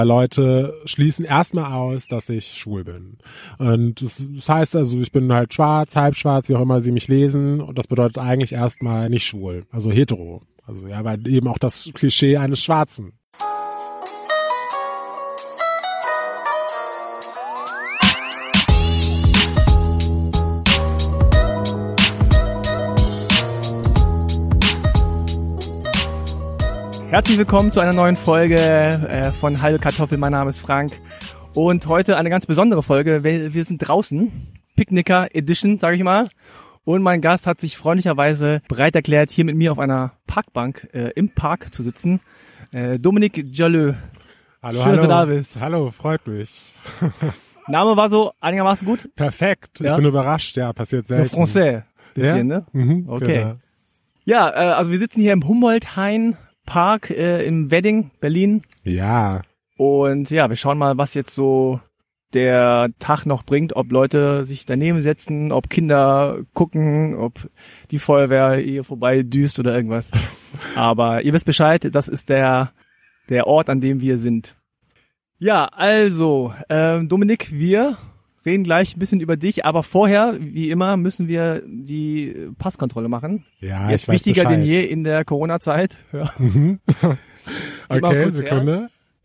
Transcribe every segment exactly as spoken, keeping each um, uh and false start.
Leute schließen erstmal aus, dass ich schwul bin. Und das, das heißt also, ich bin halt schwarz, halb schwarz, wie auch immer sie mich lesen. Und das bedeutet eigentlich erstmal nicht schwul, also hetero. Also ja, weil eben auch das Klischee eines Schwarzen. Herzlich willkommen zu einer neuen Folge äh, von Halbe Kartoffel. Mein Name ist Frank und heute eine ganz besondere Folge. Wir, wir sind draußen, Picknicker Edition, sage ich mal. Und mein Gast hat sich freundlicherweise bereit erklärt, hier mit mir auf einer Parkbank äh, im Park zu sitzen. Äh, Dominique Jaleux. Hallo, Schön, hallo. dass du da bist. Hallo, freut mich. Name war so einigermaßen gut? Perfekt, Ja? ich bin überrascht, ja, passiert selten. So Français, bisschen, ja? ne? Mhm, okay. Genau. Ja, äh, also wir sitzen hier im Humboldt-Hain Park äh, im Wedding, Berlin. Ja. Und ja, wir schauen mal, was jetzt so der Tag noch bringt, ob Leute sich daneben setzen, ob Kinder gucken, ob die Feuerwehr hier vorbei düst oder irgendwas. Aber ihr wisst Bescheid, das ist der der Ort, an dem wir sind. Ja, also, ähm, Dominik, wir reden gleich ein bisschen über dich, aber vorher, wie immer, müssen wir die Passkontrolle machen. Ja, Jetzt ich weiß wichtiger Bescheid. denn je in der Corona-Zeit. Ja. Mhm. Gib mal Okay, kurz Sekunde.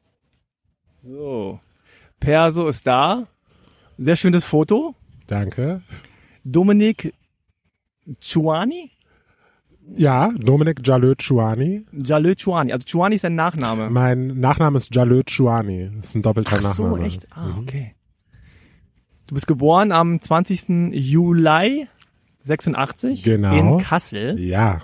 So, Perso ist da. Sehr schönes Foto. Danke. Dominique Chuani? Ja, Dominique Jaleux Chouani. Jaleux Chuani. Also Chuani ist ein Nachname. Mein Nachname ist Jaleux Chouani. Das ist ein doppelter Ach so, Nachname. echt? Ah, Mhm. okay. Du bist geboren am zwanzigsten Juli sechsundachtzig Genau. in Kassel. Ja.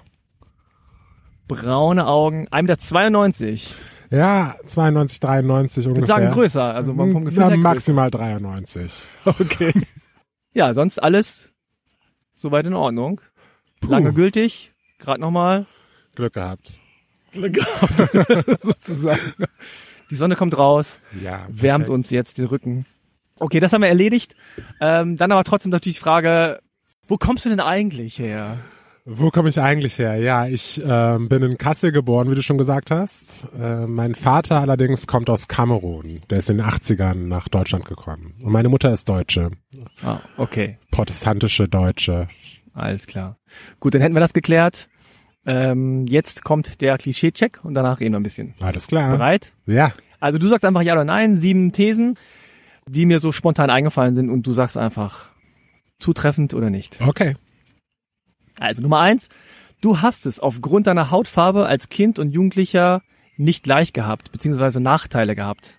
Braune Augen, ein Meter zweiundneunzig. Ja, zweiundneunzig, dreiundneunzig Ich würde ungefähr. sagen größer, also vom Gefühl Na, her größer. maximal dreiundneunzig. Okay. Ja, sonst alles soweit in Ordnung. Lange gültig, gerade nochmal. Glück gehabt. Glück gehabt, sozusagen. Die Sonne kommt raus, Ja. wärmt perfekt. uns jetzt den Rücken. Okay, das haben wir erledigt. Ähm, dann aber trotzdem natürlich die Frage, wo kommst du denn eigentlich her? Wo komme ich eigentlich her? Ja, ich ähm, bin in Kassel geboren, wie du schon gesagt hast. Äh, mein Vater allerdings kommt aus Kamerun. Der ist in den achtzigern nach Deutschland gekommen. Und meine Mutter ist Deutsche. Ah, okay, Protestantische Deutsche. alles klar. Gut, dann hätten wir das geklärt. Ähm, jetzt kommt der Klischee-Check und danach reden wir ein bisschen. Alles klar. Bereit? Ja. Also du sagst einfach ja oder nein, sieben Thesen, die mir so spontan eingefallen sind und du sagst einfach zutreffend oder nicht. Okay. Also Nummer eins, du hast es aufgrund deiner Hautfarbe als Kind und Jugendlicher nicht leicht gehabt, beziehungsweise Nachteile gehabt.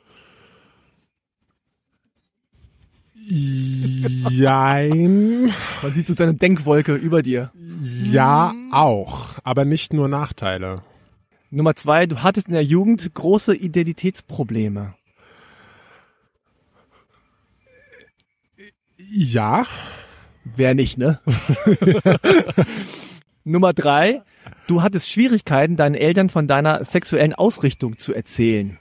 Jein. Man sieht so eine Denkwolke über dir. Ja, auch. Aber nicht nur Nachteile. Nummer zwei, du hattest in der Jugend große Identitätsprobleme. Ja. Wer nicht, ne? Nummer drei, du hattest Schwierigkeiten, deinen Eltern von deiner sexuellen Ausrichtung zu erzählen.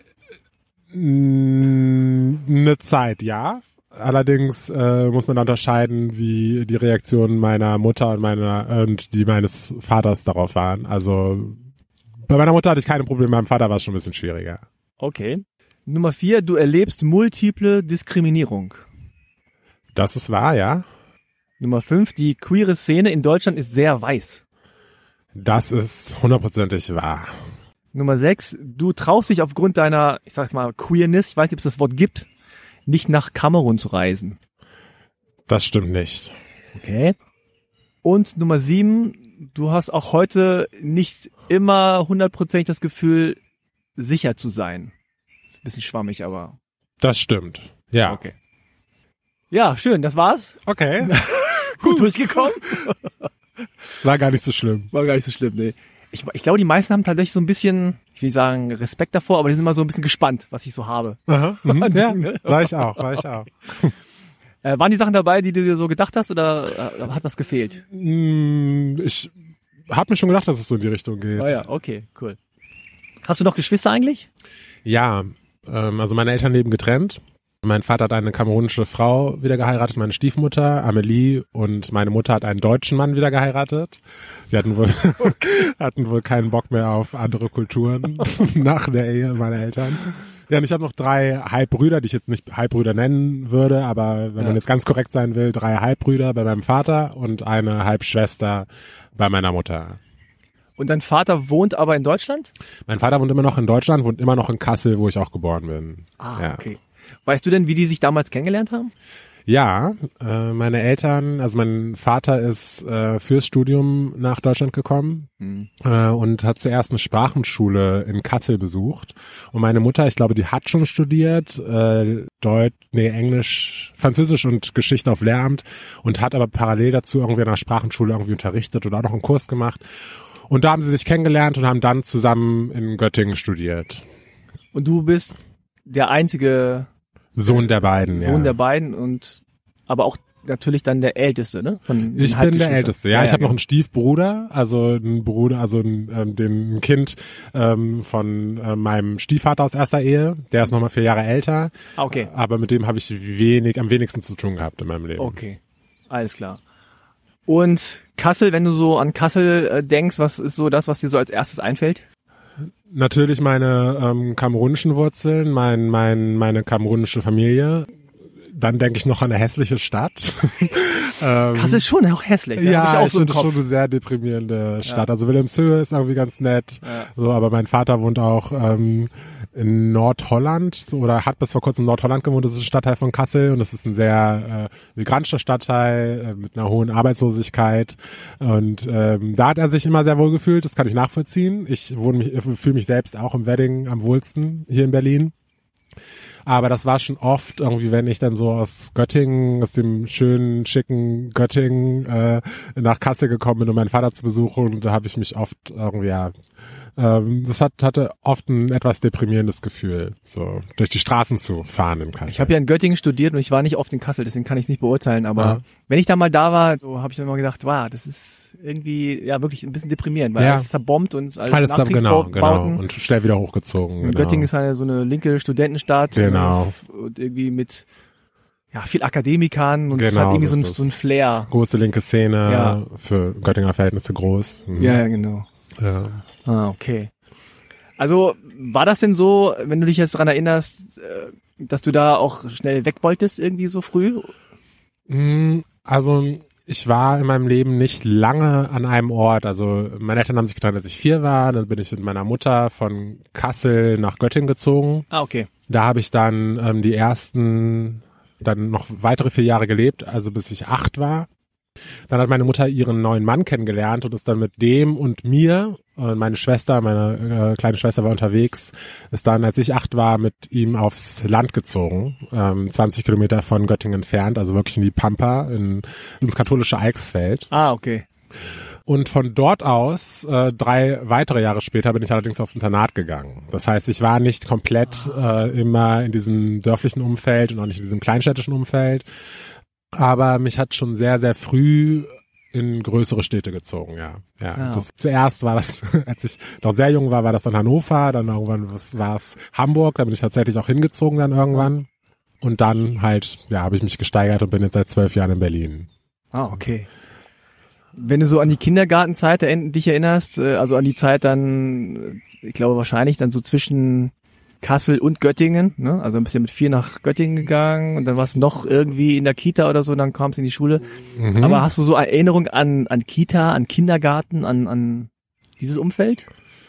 Mm, Eine Zeit, ja. Allerdings äh, muss man unterscheiden, wie die Reaktionen meiner Mutter und meiner und die meines Vaters darauf waren. Also bei meiner Mutter hatte ich keine Probleme, beim Vater war es schon ein bisschen schwieriger. Okay. Nummer vier, du erlebst multiple Diskriminierung. Das ist wahr, ja. Nummer fünf, die queere Szene in Deutschland ist sehr weiß. Das ist hundertprozentig wahr. Nummer sechs, du traust dich aufgrund deiner, ich sag's mal, Queerness, ich weiß nicht, ob es das Wort gibt, nicht nach Kamerun zu reisen. Das stimmt nicht. Okay. Und Nummer sieben, du hast auch heute nicht immer hundertprozentig das Gefühl, sicher zu sein. Ist ein bisschen schwammig, aber Das stimmt. Ja. okay. Ja, schön, das war's. Okay. Gut durchgekommen. War gar nicht so schlimm. War gar nicht so schlimm, nee. Ich, ich glaube, die meisten haben tatsächlich so ein bisschen, ich will nicht sagen Respekt davor, aber die sind immer so ein bisschen gespannt, was ich so habe. Aha. Mhm. Ja, war ich auch, war ich auch. Äh, waren die Sachen dabei, die du dir so gedacht hast, oder äh, hat was gefehlt? Mm, Ich habe mir schon gedacht, dass es so in die Richtung geht. Oh ja, okay, cool. Hast du noch Geschwister eigentlich? Ja, ähm, also meine Eltern leben getrennt. Mein Vater hat eine kamerunische Frau wieder geheiratet, meine Stiefmutter, Amelie, und meine Mutter hat einen deutschen Mann wieder geheiratet. Die hatten wohl, hatten wohl keinen Bock mehr auf andere Kulturen nach der Ehe meiner Eltern. Ja, und ich habe noch drei Halbbrüder, die ich jetzt nicht Halbbrüder nennen würde, aber wenn Ja. man jetzt ganz korrekt sein will, drei Halbbrüder bei meinem Vater und eine Halbschwester bei meiner Mutter. Und dein Vater wohnt aber in Deutschland? Mein Vater wohnt immer noch in Deutschland, wohnt immer noch in Kassel, wo ich auch geboren bin. Ah, ja. okay. Weißt du denn, wie die sich damals kennengelernt haben? Ja, äh, meine Eltern, also mein Vater ist äh, fürs Studium nach Deutschland gekommen Hm. äh, und hat zuerst eine Sprachenschule in Kassel besucht. Und meine Mutter, ich glaube, die hat schon studiert, äh, Deutsch, nee, Englisch, Französisch und Geschichte auf Lehramt und hat aber parallel dazu irgendwie an einer Sprachenschule irgendwie unterrichtet oder auch noch einen Kurs gemacht. Und da haben sie sich kennengelernt und haben dann zusammen in Göttingen studiert. Und du bist der einzige Sohn der beiden, Sohn ja. der beiden und aber auch natürlich dann der Älteste, ne? Von den Ich bin der Halbgeschwistern. Älteste, ja. ja ich ja, habe noch genau. einen Stiefbruder, also ein Bruder, also ein, ähm, den ein Kind ähm, von äh, meinem Stiefvater aus erster Ehe. Der ist nochmal vier Jahre älter. Ah, okay. Aber mit dem habe ich wenig, am wenigsten zu tun gehabt in meinem Leben. Okay, alles klar. Und Kassel, wenn du so an Kassel äh, denkst, was ist so das, was dir so als erstes einfällt? Natürlich meine ähm, kamerunischen Wurzeln, mein, mein, meine kamerunische Familie. Dann denke ich noch an eine hässliche Stadt. ähm, Kassel ist schon auch hässlich. Ne? Ja, Hab ich auch ich so im finde Kopf. schon eine sehr deprimierende Stadt. Also Wilhelmshöhe ist irgendwie ganz nett. Ja. So, aber mein Vater wohnt auch ähm, in Nordholland so, oder hat bis vor kurzem in Nordholland gewohnt. Das ist ein Stadtteil von Kassel und das ist ein sehr äh, migrantischer Stadtteil äh, mit einer hohen Arbeitslosigkeit. Und ähm, da hat er sich immer sehr wohl gefühlt. Das kann ich nachvollziehen. Ich wohne mich, fühle mich selbst auch im Wedding am wohlsten hier in Berlin. Aber das war schon oft irgendwie, wenn ich dann so aus Göttingen, aus dem schönen, schicken Göttingen äh, nach Kassel gekommen bin, um meinen Vater zu besuchen. Und da habe ich mich oft irgendwie, ja, ähm, das hat, hatte oft ein etwas deprimierendes Gefühl, so durch die Straßen zu fahren in Kassel. Ich habe ja in Göttingen studiert und ich war nicht oft in Kassel, deswegen kann ich es nicht beurteilen. Aber Ja. wenn ich da mal da war, so habe ich dann immer gedacht, wow, das ist irgendwie ja wirklich ein bisschen deprimierend, weil Ja. alles zerbombt und alles, Alles da, genau, Nachkriegsbauten. genau. Und schnell wieder hochgezogen. Und Genau. Göttingen ist eine so eine linke Studentenstadt. Genau. äh, Und irgendwie mit ja viel Akademikern und es Genau, hat irgendwie so so ein, ist es. so ein Flair. Große linke Szene, Ja. für Göttinger Verhältnisse groß. Mhm. Ja, ja, genau. Ja. Ah, okay. Also war das denn so, wenn du dich jetzt daran erinnerst, äh, dass du da auch schnell weg wolltest irgendwie so früh? Mm, Also ich war in meinem Leben nicht lange an einem Ort. Also meine Eltern haben sich getrennt, als ich vier war. Dann bin ich mit meiner Mutter von Kassel nach Göttingen gezogen. Ah, okay. Da habe ich dann ähm, die ersten, dann noch weitere vier Jahre gelebt, also bis ich acht war. Dann hat meine Mutter ihren neuen Mann kennengelernt und ist dann mit dem und mir, äh, meine Schwester, meine äh, kleine Schwester war unterwegs, ist dann, als ich acht war, mit ihm aufs Land gezogen, ähm, zwanzig Kilometer von Göttingen entfernt, also wirklich in die Pampa, in, ins katholische Eichsfeld. Ah, okay. Und von dort aus, äh, drei weitere Jahre später, bin ich allerdings aufs Internat gegangen. Das heißt, ich war nicht komplett äh, immer in diesem dörflichen Umfeld und auch nicht in diesem kleinstädtischen Umfeld. Aber mich hat schon sehr, sehr früh in größere Städte gezogen, ja. Ja. Ah, Das, zuerst war das, als ich noch sehr jung war, war das dann Hannover, dann irgendwann was, war es Hamburg, da bin ich tatsächlich auch hingezogen dann irgendwann. Und dann halt, ja, habe ich mich gesteigert und bin jetzt seit zwölf Jahren in Berlin. Ah, okay. Wenn du so an die Kindergartenzeit erinner- dich erinnerst, äh, also an die Zeit dann, äh, ich glaube wahrscheinlich dann so zwischen Kassel und Göttingen, ne? Also ein bisschen mit vier nach Göttingen gegangen und dann warst du noch irgendwie in der Kita oder so, dann kamst du in die Schule. Mhm. Aber hast du so eine Erinnerung an, an Kita, an Kindergarten, an, an dieses Umfeld?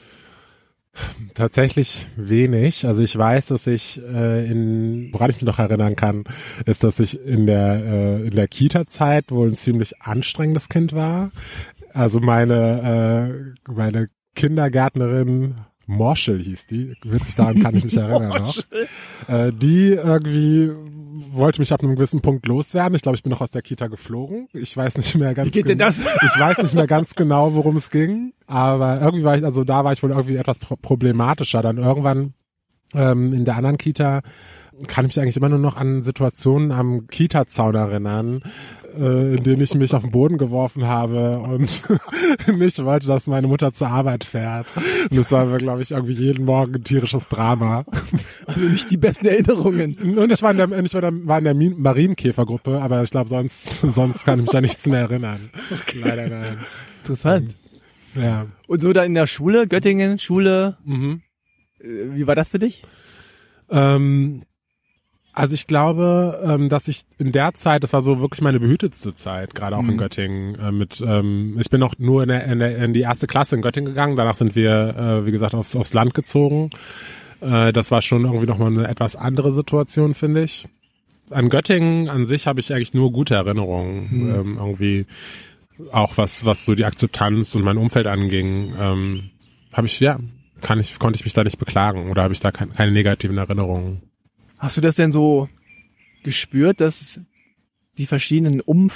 Tatsächlich wenig. Also ich weiß, dass ich äh, in, woran ich mich noch erinnern kann, ist, dass ich in der äh, in der Kita-Zeit wohl ein ziemlich anstrengendes Kind war. Also meine äh, meine Kindergärtnerin Morschel hieß die, witzig, daran kann ich mich erinnern noch. Äh, die irgendwie wollte mich ab einem gewissen Punkt loswerden. Ich glaube, ich bin noch aus der Kita geflogen. Ich weiß nicht mehr ganz Wie geht denn genau. das? Ich weiß nicht mehr ganz genau, worum es ging. Aber irgendwie war ich, also da war ich wohl irgendwie etwas pro- problematischer. Dann irgendwann ähm, in der anderen Kita kann ich mich eigentlich immer nur noch an Situationen am Kita-Zaun erinnern, äh, in denen ich mich auf den Boden geworfen habe und nicht wollte, dass meine Mutter zur Arbeit fährt. Und das war, glaube ich, irgendwie jeden Morgen ein tierisches Drama. Also nicht die besten Erinnerungen. Und ich war in der, ich war, da, war in der Min- Marienkäfergruppe, aber ich glaube, sonst, sonst kann ich mich an nichts mehr erinnern. Okay. Leider nein. Interessant. Ja. Und so da in der Schule, Göttingen, Schule, Mhm. äh, wie war das für dich? Ähm, also ich glaube, ähm, dass ich in der Zeit, das war so wirklich meine behütetste Zeit, gerade auch mhm. in Göttingen. Äh, mit, ähm, ich bin noch nur in, der, in, der, in die erste Klasse in Göttingen gegangen. Danach sind wir, äh, wie gesagt, aufs, aufs Land gezogen. Äh, das war schon irgendwie nochmal eine etwas andere Situation, finde ich. An Göttingen an sich habe ich eigentlich nur gute Erinnerungen. Mhm. Ähm, irgendwie auch was, was so die Akzeptanz und mein Umfeld anging, ähm, habe ich, ja, kann ich, konnte ich mich da nicht beklagen oder habe ich da kein, keine negativen Erinnerungen. Hast du das denn so gespürt, dass die verschiedenen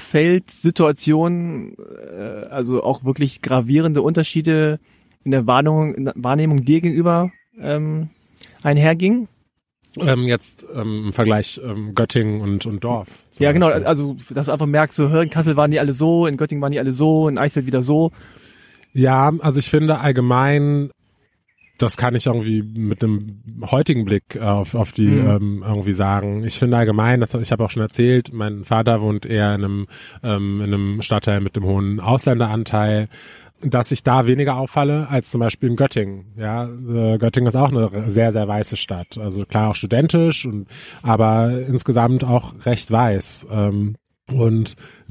Umfeldsituationen, äh, also auch wirklich gravierende Unterschiede in der Wahrnehmung, in der Wahrnehmung dir gegenüber ähm, einhergingen? Ähm, jetzt ähm, im Vergleich ähm, Göttingen und, und Dorf. Ja, genau, also dass du einfach merkst, so in Kassel waren die alle so, in Göttingen waren die alle so, in Eichstätt wieder so. Ja, also ich finde allgemein, das kann ich irgendwie mit einem heutigen Blick auf, auf die mhm. ähm, irgendwie sagen. Ich finde allgemein, das ich habe auch schon erzählt, mein Vater wohnt eher in einem ähm, in einem Stadtteil mit dem hohen Ausländeranteil, dass ich da weniger auffalle als zum Beispiel in Göttingen. Ja, äh, Göttingen ist auch eine sehr sehr weiße Stadt. Also klar auch studentisch und aber insgesamt auch recht weiß. Ähm, Und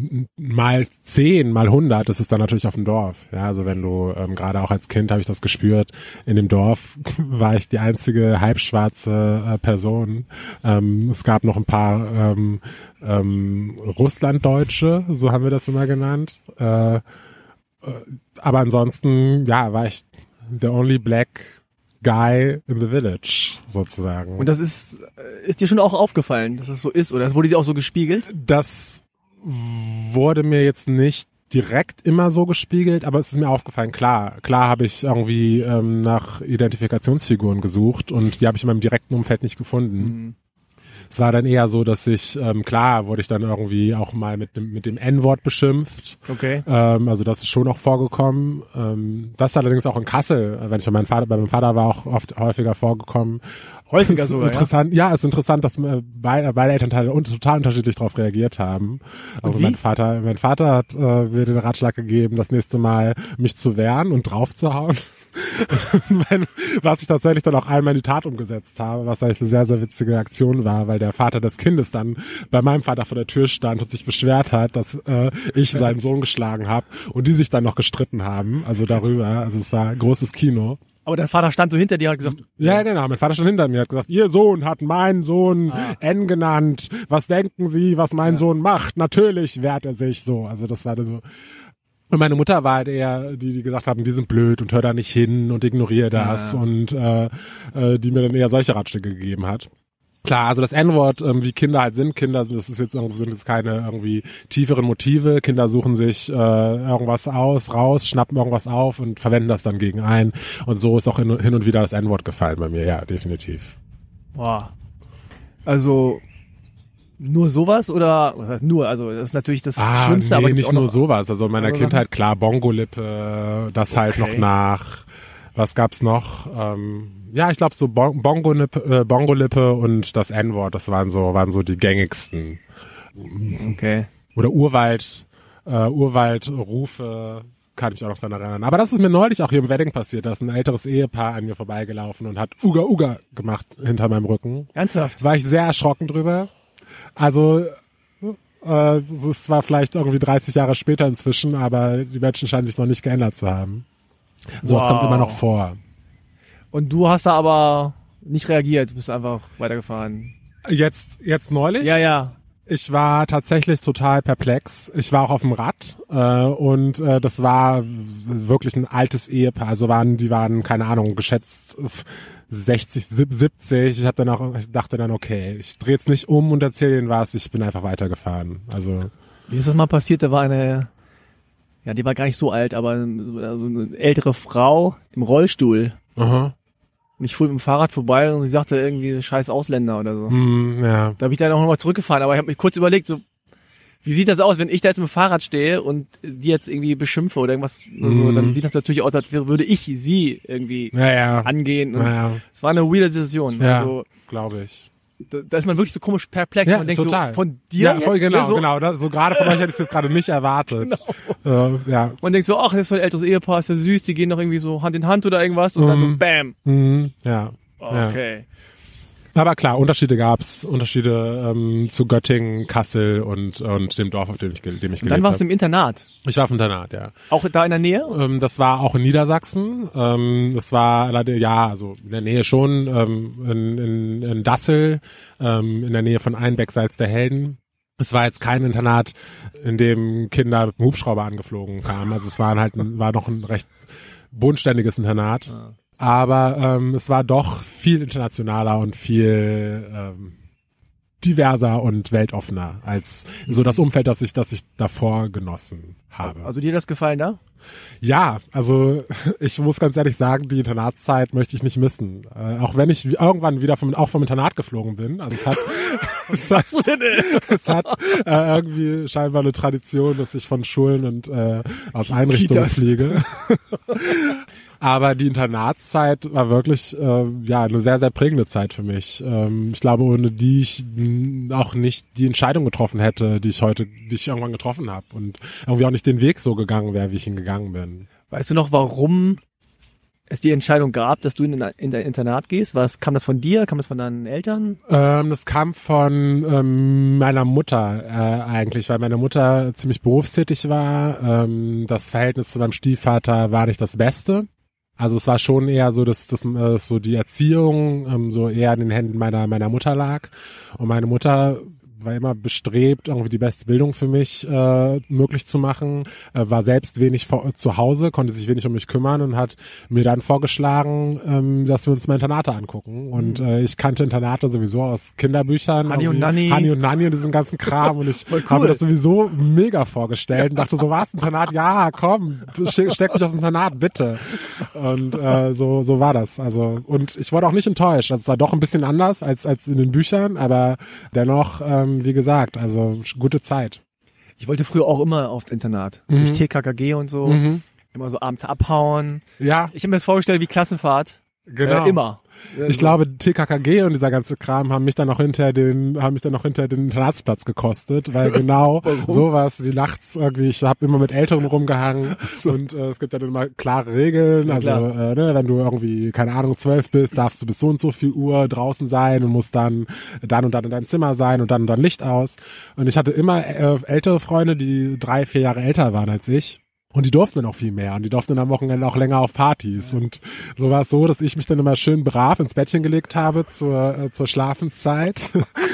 mal zehn, mal hundert, das ist dann natürlich auf dem Dorf. Ja, also wenn du, ähm, gerade auch als Kind habe ich das gespürt, in dem Dorf war ich die einzige halbschwarze äh, Person. Ähm, es gab noch ein paar ähm, ähm, Russlanddeutsche, so haben wir das immer genannt. Äh, äh, aber ansonsten, ja, war ich the only black guy in the village, sozusagen. Und das ist, ist dir schon auch aufgefallen, dass das so ist, oder das wurde dir auch so gespiegelt? Das wurde mir jetzt nicht direkt immer so gespiegelt, aber es ist mir aufgefallen, klar, klar habe ich irgendwie ähm, nach Identifikationsfiguren gesucht und die habe ich in meinem direkten Umfeld nicht gefunden. Mhm. Es war dann eher so, dass ich, ähm, klar, wurde ich dann irgendwie auch mal mit dem mit dem En-Wort beschimpft. Okay. Ähm, also das ist schon auch vorgekommen. Ähm, das allerdings auch in Kassel, wenn ich bei meinem Vater, bei meinem Vater war auch oft häufiger vorgekommen. Häufiger sogar, interessant, ja? Ja, ist interessant, dass äh, beide, beide Elternteile un- total unterschiedlich darauf reagiert haben. Aber mein Vater, mein Vater hat äh, mir den Ratschlag gegeben, das nächste Mal mich zu wehren und draufzuhauen. Was ich tatsächlich dann auch einmal in die Tat umgesetzt habe, was eigentlich eine sehr, sehr witzige Aktion war, weil der Vater des Kindes dann bei meinem Vater vor der Tür stand und sich beschwert hat, dass äh, ich seinen Sohn geschlagen habe und die sich dann noch gestritten haben, also darüber. Also es war großes Kino. Aber dein Vater stand so hinter dir und hat gesagt... Ja, genau, mein Vater stand hinter mir, hat gesagt, Ihr Sohn hat meinen Sohn ah. N genannt. Was denken Sie, was mein ja. Sohn macht? Natürlich wehrt er sich so. Also das war dann so... Und meine Mutter war halt eher, die, die gesagt haben, die sind blöd und hör da nicht hin und ignoriere das ja. und äh, äh, die mir dann eher solche Ratschläge gegeben hat. Klar, also das En-Wort, ähm, wie Kinder halt sind, Kinder, das ist jetzt irgendwie, sind jetzt keine irgendwie tieferen Motive. Kinder suchen sich äh, irgendwas aus, raus, schnappen irgendwas auf und verwenden das dann gegen einen. Und so ist auch hin, hin und wieder das En-Wort gefallen bei mir, ja, definitiv. Boah. Also nur sowas oder nur, also das ist natürlich das ah, Schlimmste, nee, aber nicht nur sowas. Also in meiner Kindheit, klar, Bongolippe, das okay. halt noch nach. Was gab's noch? Ähm, ja, ich glaube so bon- Bongolippe, äh, Bongolippe und das En-Wort, das waren so waren so die gängigsten. Okay. Oder Urwald, äh, Urwaldrufe, kann ich mich auch noch dran erinnern. Aber das ist mir neulich auch hier im Wedding passiert. Da ist ein älteres Ehepaar an mir vorbeigelaufen und hat Uga Uga gemacht hinter meinem Rücken. Ernsthaft? War ich sehr erschrocken drüber. Also äh, es ist zwar vielleicht irgendwie dreißig Jahre später inzwischen, aber die Menschen scheinen sich noch nicht geändert zu haben. Sowas wow. kommt immer noch vor. Und du hast da aber nicht reagiert, du bist einfach weitergefahren. Jetzt, jetzt neulich? Ja, ja. Ich war tatsächlich total perplex. Ich war auch auf dem Rad äh, und äh, das war wirklich ein altes Ehepaar. Also waren, die waren, keine Ahnung, geschätzt sechzig, siebzig. Ich hab dann auch, ich dachte dann, okay, ich drehe jetzt nicht um und erzähle denen was. Ich bin einfach weitergefahren. Also wie ist das mal passiert? Da war eine, ja, die war gar nicht so alt, aber also eine ältere Frau im Rollstuhl. Aha. Und ich fuhr mit dem Fahrrad vorbei und sie sagte irgendwie scheiß Ausländer oder so. Mm, ja. Da habe ich dann auch nochmal zurückgefahren, aber ich habe mich kurz überlegt, so wie sieht das aus, wenn ich da jetzt mit dem Fahrrad stehe und die jetzt irgendwie beschimpfe oder irgendwas mm. so, dann sieht das natürlich aus, als würde ich sie irgendwie ja, ja. angehen. Und ja, ja. Es war eine weirde Situation. Ja, also, glaube ich. Da, da ist man wirklich so komisch perplex. Ja, man denkt total. so, von dir ja, jetzt? Voll, genau, so? genau. Das, so gerade von euch hätte ich es jetzt gerade nicht erwartet. Genau. Äh, ja. Man denkt so, ach, das ist so ein älteres Ehepaar, ist ja süß, die gehen noch irgendwie so Hand in Hand oder irgendwas und mm. dann so, bam. Mm. Ja. Okay. Aber klar, Unterschiede gab's, Unterschiede ähm, zu Göttingen, Kassel und und dem Dorf, auf dem ich, dem ich gelebt habe. Dann warst du im Internat. Ich war auf dem Internat, ja. Auch da in der Nähe? Ähm, das war auch in Niedersachsen. Ähm, das war leider, ja, also in der Nähe schon, ähm, in, in, in Dassel, ähm, in der Nähe von Einbeck, Salz der Helden. Es war jetzt kein Internat, in dem Kinder mit dem Hubschrauber angeflogen kamen. Also es war halt ein, war noch ein recht bodenständiges Internat. Ja. Aber ähm, es war doch viel internationaler und viel ähm, diverser und weltoffener als so das Umfeld, das ich, das ich davor genossen habe. Also dir das gefallen da? Ja, also ich muss ganz ehrlich sagen, die Internatszeit möchte ich nicht missen. Äh, auch wenn ich irgendwann wieder vom, auch vom Internat geflogen bin. Also es hat, es hat, es hat äh, irgendwie scheinbar eine Tradition, dass ich von Schulen und äh, aus Einrichtungen fliege. Aber die Internatszeit war wirklich äh, ja eine sehr, sehr prägende Zeit für mich. Ähm, ich glaube, ohne die ich auch nicht die Entscheidung getroffen hätte, die ich heute, die ich irgendwann getroffen habe und irgendwie auch nicht den Weg so gegangen wäre, wie ich ihn gegangen bin. Weißt du noch, warum es die Entscheidung gab, dass du in, in dein Internat gehst? Was, kam das von dir? Kam das von deinen Eltern? Ähm, das kam von ähm, meiner Mutter äh, eigentlich, weil meine Mutter ziemlich berufstätig war. Ähm, das Verhältnis zu meinem Stiefvater war nicht das Beste. Also es war schon eher so, dass, dass äh, so die Erziehung ähm, so eher in den Händen meiner meiner Mutter lag. Und meine Mutter war immer bestrebt, irgendwie die beste Bildung für mich äh, möglich zu machen, äh, war selbst wenig vor, zu Hause, konnte sich wenig um mich kümmern und hat mir dann vorgeschlagen, ähm, dass wir uns mal Internate angucken. Und äh, ich kannte Internate sowieso aus Kinderbüchern. Hani und Nanni. Hani und Nanni und diesem ganzen Kram. Und ich cool. habe mir das sowieso mega vorgestellt und dachte so, was, Internat? Ja, komm, steck mich aufs Internat, bitte. Und äh, so so war das. Also und ich wurde auch nicht enttäuscht. Also es war doch ein bisschen anders als als in den Büchern, aber dennoch ähm, wie gesagt, also gute Zeit. Ich wollte früher auch immer aufs Internat. Mhm. Durch T K K G und so. Mhm. Immer so abends abhauen. Ja. Ich habe mir das vorgestellt wie Klassenfahrt. Genau. Äh, immer. Ich glaube, T K K G und dieser ganze Kram haben mich dann noch hinter den, haben mich dann noch hinter den Internatsplatz gekostet, weil genau sowas wie nachts irgendwie, ich habe immer mit Älteren rumgehangen so. und äh, es gibt ja dann immer klare Regeln, ja, also äh, ne, wenn du irgendwie, keine Ahnung, zwölf bist, darfst du bis so und so viel Uhr draußen sein und musst dann dann und dann in deinem Zimmer sein und dann und dann Licht aus. Und ich hatte immer äh, ältere Freunde, die drei, vier Jahre älter waren als ich. Und die durften dann auch viel mehr und die durften dann am Wochenende auch länger auf Partys. Ja. Und so war es so, dass ich mich dann immer schön brav ins Bettchen gelegt habe zur, äh, zur Schlafenszeit.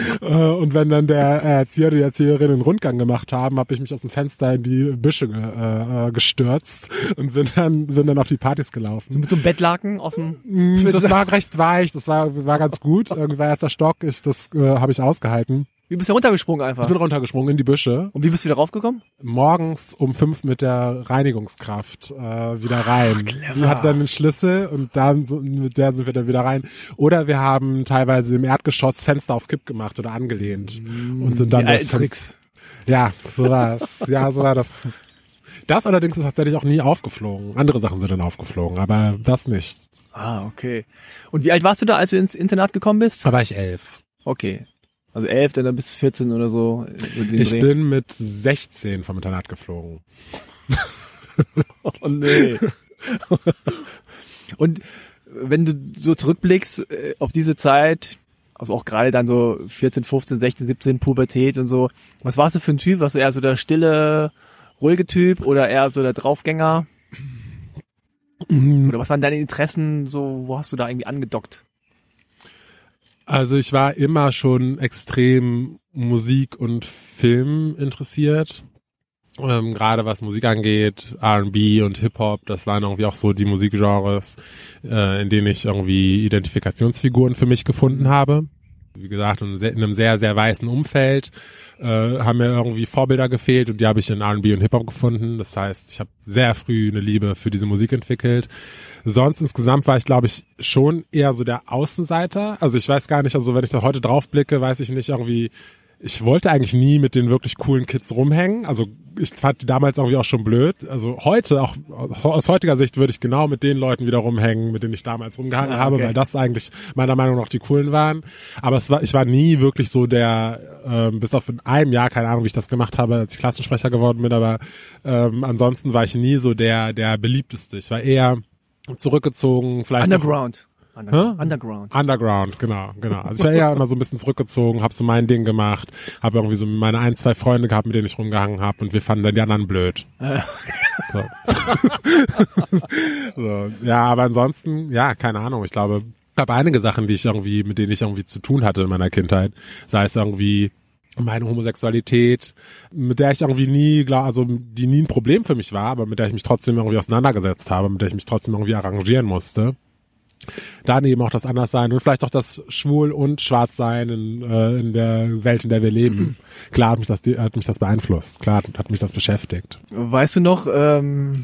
Und wenn dann der Erzieher oder die Erzieherin einen Rundgang gemacht haben, habe ich mich aus dem Fenster in die Büsche äh, gestürzt und bin dann, bin dann auf die Partys gelaufen. So mit so einem Bettlaken aus dem... Das war recht weich, das war, war ganz gut. Irgendwie war erster Stock, ich, das äh, habe ich ausgehalten. Wie bist du runtergesprungen einfach? Ich bin runtergesprungen in die Büsche. Und wie bist du wieder raufgekommen? Morgens um fünf mit der Reinigungskraft äh, wieder rein. Ach, die hat dann den Schlüssel und dann so, mit der sind wir dann wieder rein. Oder wir haben teilweise im Erdgeschoss Fenster auf Kipp gemacht oder angelehnt mm, und sind dann die alten Tricks. Ja, so war's. Ja, so war das. Das allerdings ist tatsächlich auch nie aufgeflogen. Andere Sachen sind dann aufgeflogen, aber das nicht. Ah, okay. Und wie alt warst du da, als du ins Internat gekommen bist? Da war ich elf. Okay. Also elf, dann bis vierzehn oder so. Ich Dreh. bin mit sechzehn vom Internat geflogen. Oh nee. Und wenn du so zurückblickst auf diese Zeit, also auch gerade dann so vierzehn, fünfzehn, sechzehn, siebzehn, Pubertät und so, was warst du für ein Typ? Warst du eher so der stille, ruhige Typ oder eher so der Draufgänger? Oder was waren deine Interessen, so, wo hast du da irgendwie angedockt? Also ich war immer schon extrem Musik und Film interessiert. Ähm, gerade was Musik angeht, R and B und Hip-Hop, das waren irgendwie auch so die Musikgenres, äh, in denen ich irgendwie Identifikationsfiguren für mich gefunden habe. Wie gesagt, in einem sehr, sehr weißen Umfeld äh, haben mir irgendwie Vorbilder gefehlt und die habe ich in R and B und Hip-Hop gefunden. Das heißt, ich habe sehr früh eine Liebe für diese Musik entwickelt. Sonst insgesamt war ich, glaube ich, schon eher so der Außenseiter. Also ich weiß gar nicht, also wenn ich da heute drauf blicke, weiß ich nicht irgendwie, ich wollte eigentlich nie mit den wirklich coolen Kids rumhängen. Also ich fand die damals irgendwie auch schon blöd. Also heute, auch aus heutiger Sicht, würde ich genau mit den Leuten wieder rumhängen, mit denen ich damals rumgehangen ah, okay. habe, weil das eigentlich meiner Meinung nach die coolen waren. Aber es war, ich war nie wirklich so der, ähm, bis auf in einem Jahr, keine Ahnung, wie ich das gemacht habe, als ich Klassensprecher geworden bin, aber ähm, ansonsten war ich nie so der, der beliebteste. Ich war eher zurückgezogen, vielleicht Underground. Underground. Underground. Underground, genau, genau. Also ich war eher immer so ein bisschen zurückgezogen, habe so mein Ding gemacht, habe irgendwie so meine ein, zwei Freunde gehabt, mit denen ich rumgehangen habe und wir fanden dann die anderen blöd. So. So. Ja, aber ansonsten, ja, keine Ahnung, ich glaube, ich habe einige Sachen, die ich irgendwie, mit denen ich irgendwie zu tun hatte in meiner Kindheit, sei es irgendwie meine Homosexualität, mit der ich irgendwie nie, also die nie ein Problem für mich war, aber mit der ich mich trotzdem irgendwie auseinandergesetzt habe, mit der ich mich trotzdem irgendwie arrangieren musste. Dann eben auch das Anderssein und vielleicht auch das Schwul- und Schwarzsein in, äh, in der Welt, in der wir leben. Klar hat mich das, hat mich das beeinflusst, klar hat mich das beschäftigt. Weißt du noch, ähm,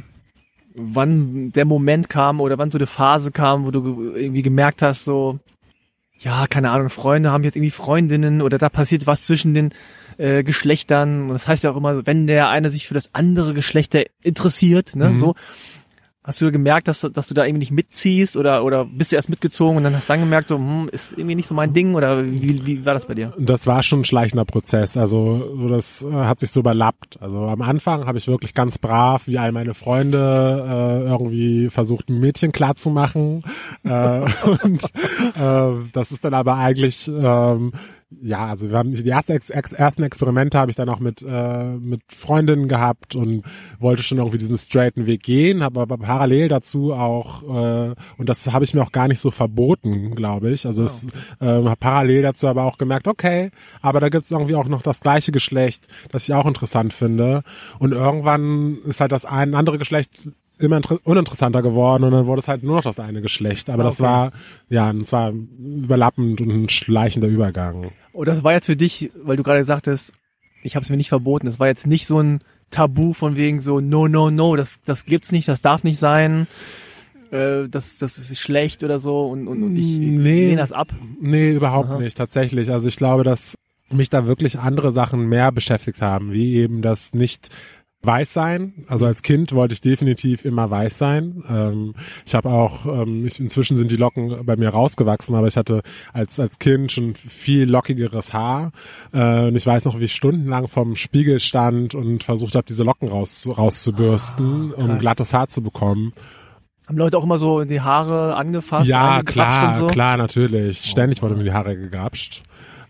wann der Moment kam oder wann so eine Phase kam, wo du irgendwie gemerkt hast, so, ja, keine Ahnung, Freunde haben jetzt irgendwie Freundinnen oder da passiert was zwischen den äh, Geschlechtern und das heißt ja auch immer, wenn der eine sich für das andere Geschlechter interessiert, ne, Mhm. so. Hast du gemerkt, dass, dass du da irgendwie nicht mitziehst oder oder bist du erst mitgezogen und dann hast du dann gemerkt, so, hm, ist irgendwie nicht so mein Ding oder wie, wie war das bei dir? Das war schon ein schleichender Prozess, also das äh, hat sich so überlappt. Also am Anfang habe ich wirklich ganz brav, wie all meine Freunde, äh, irgendwie versucht, ein Mädchen klarzumachen. äh, und äh, das ist dann aber eigentlich... Ähm, ja, also wir haben die erste Ex- Ex- ersten Experimente habe ich dann auch mit äh, mit Freundinnen gehabt und wollte schon irgendwie diesen straighten Weg gehen, habe aber parallel dazu auch äh, und das habe ich mir auch gar nicht so verboten, glaube ich. Also es äh, habe parallel dazu aber auch gemerkt, okay, aber da gibt es irgendwie auch noch das gleiche Geschlecht, das ich auch interessant finde. Und irgendwann ist halt das ein andere Geschlecht immer inter- uninteressanter geworden und dann wurde es halt nur noch das eine Geschlecht. Aber Okay. das war, ja, das war überlappend und ein schleichender Übergang. Und das war jetzt für dich, weil du gerade sagtest, ich habe es mir nicht verboten, das war jetzt nicht so ein Tabu von wegen so, no, no, no, das das gibt's nicht, das darf nicht sein, äh, das das ist schlecht oder so und, und, und ich Nee. lehne das ab. Nee, überhaupt Aha. nicht, tatsächlich. Also ich glaube, dass mich da wirklich andere Sachen mehr beschäftigt haben, wie eben das nicht weiß sein. Also als Kind wollte ich definitiv immer weiß sein. Ähm, ich habe auch, ähm, ich, inzwischen sind die Locken bei mir rausgewachsen, aber ich hatte als als Kind schon viel lockigeres Haar. Äh, und ich weiß noch, wie ich stundenlang vorm Spiegel stand und versucht habe, diese Locken raus, rauszubürsten, Ah, um krass. glattes Haar zu bekommen. Haben Leute auch immer so die Haare angefasst, Ja, eingequatscht klar, und so? klar, natürlich. Ständig wurde mir die Haare gegrapscht.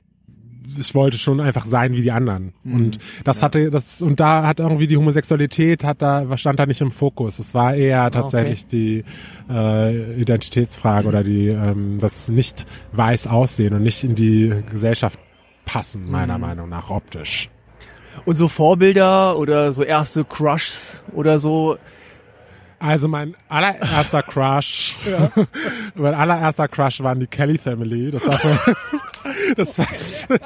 Ich wollte schon einfach sein wie die anderen. Mhm. Und das Ja. hatte, das, und da hat irgendwie die Homosexualität, hat da, stand da nicht im Fokus. Es war eher tatsächlich die äh, Identitätsfrage oder die, ähm, das nicht weiß aussehen und nicht in die Gesellschaft passen, meiner Mhm. Meinung nach, optisch. Und so Vorbilder oder so erste Crushs oder so. Also mein allererster Crush, mein allererster Crush waren die Kelly Family. Das war so, das war,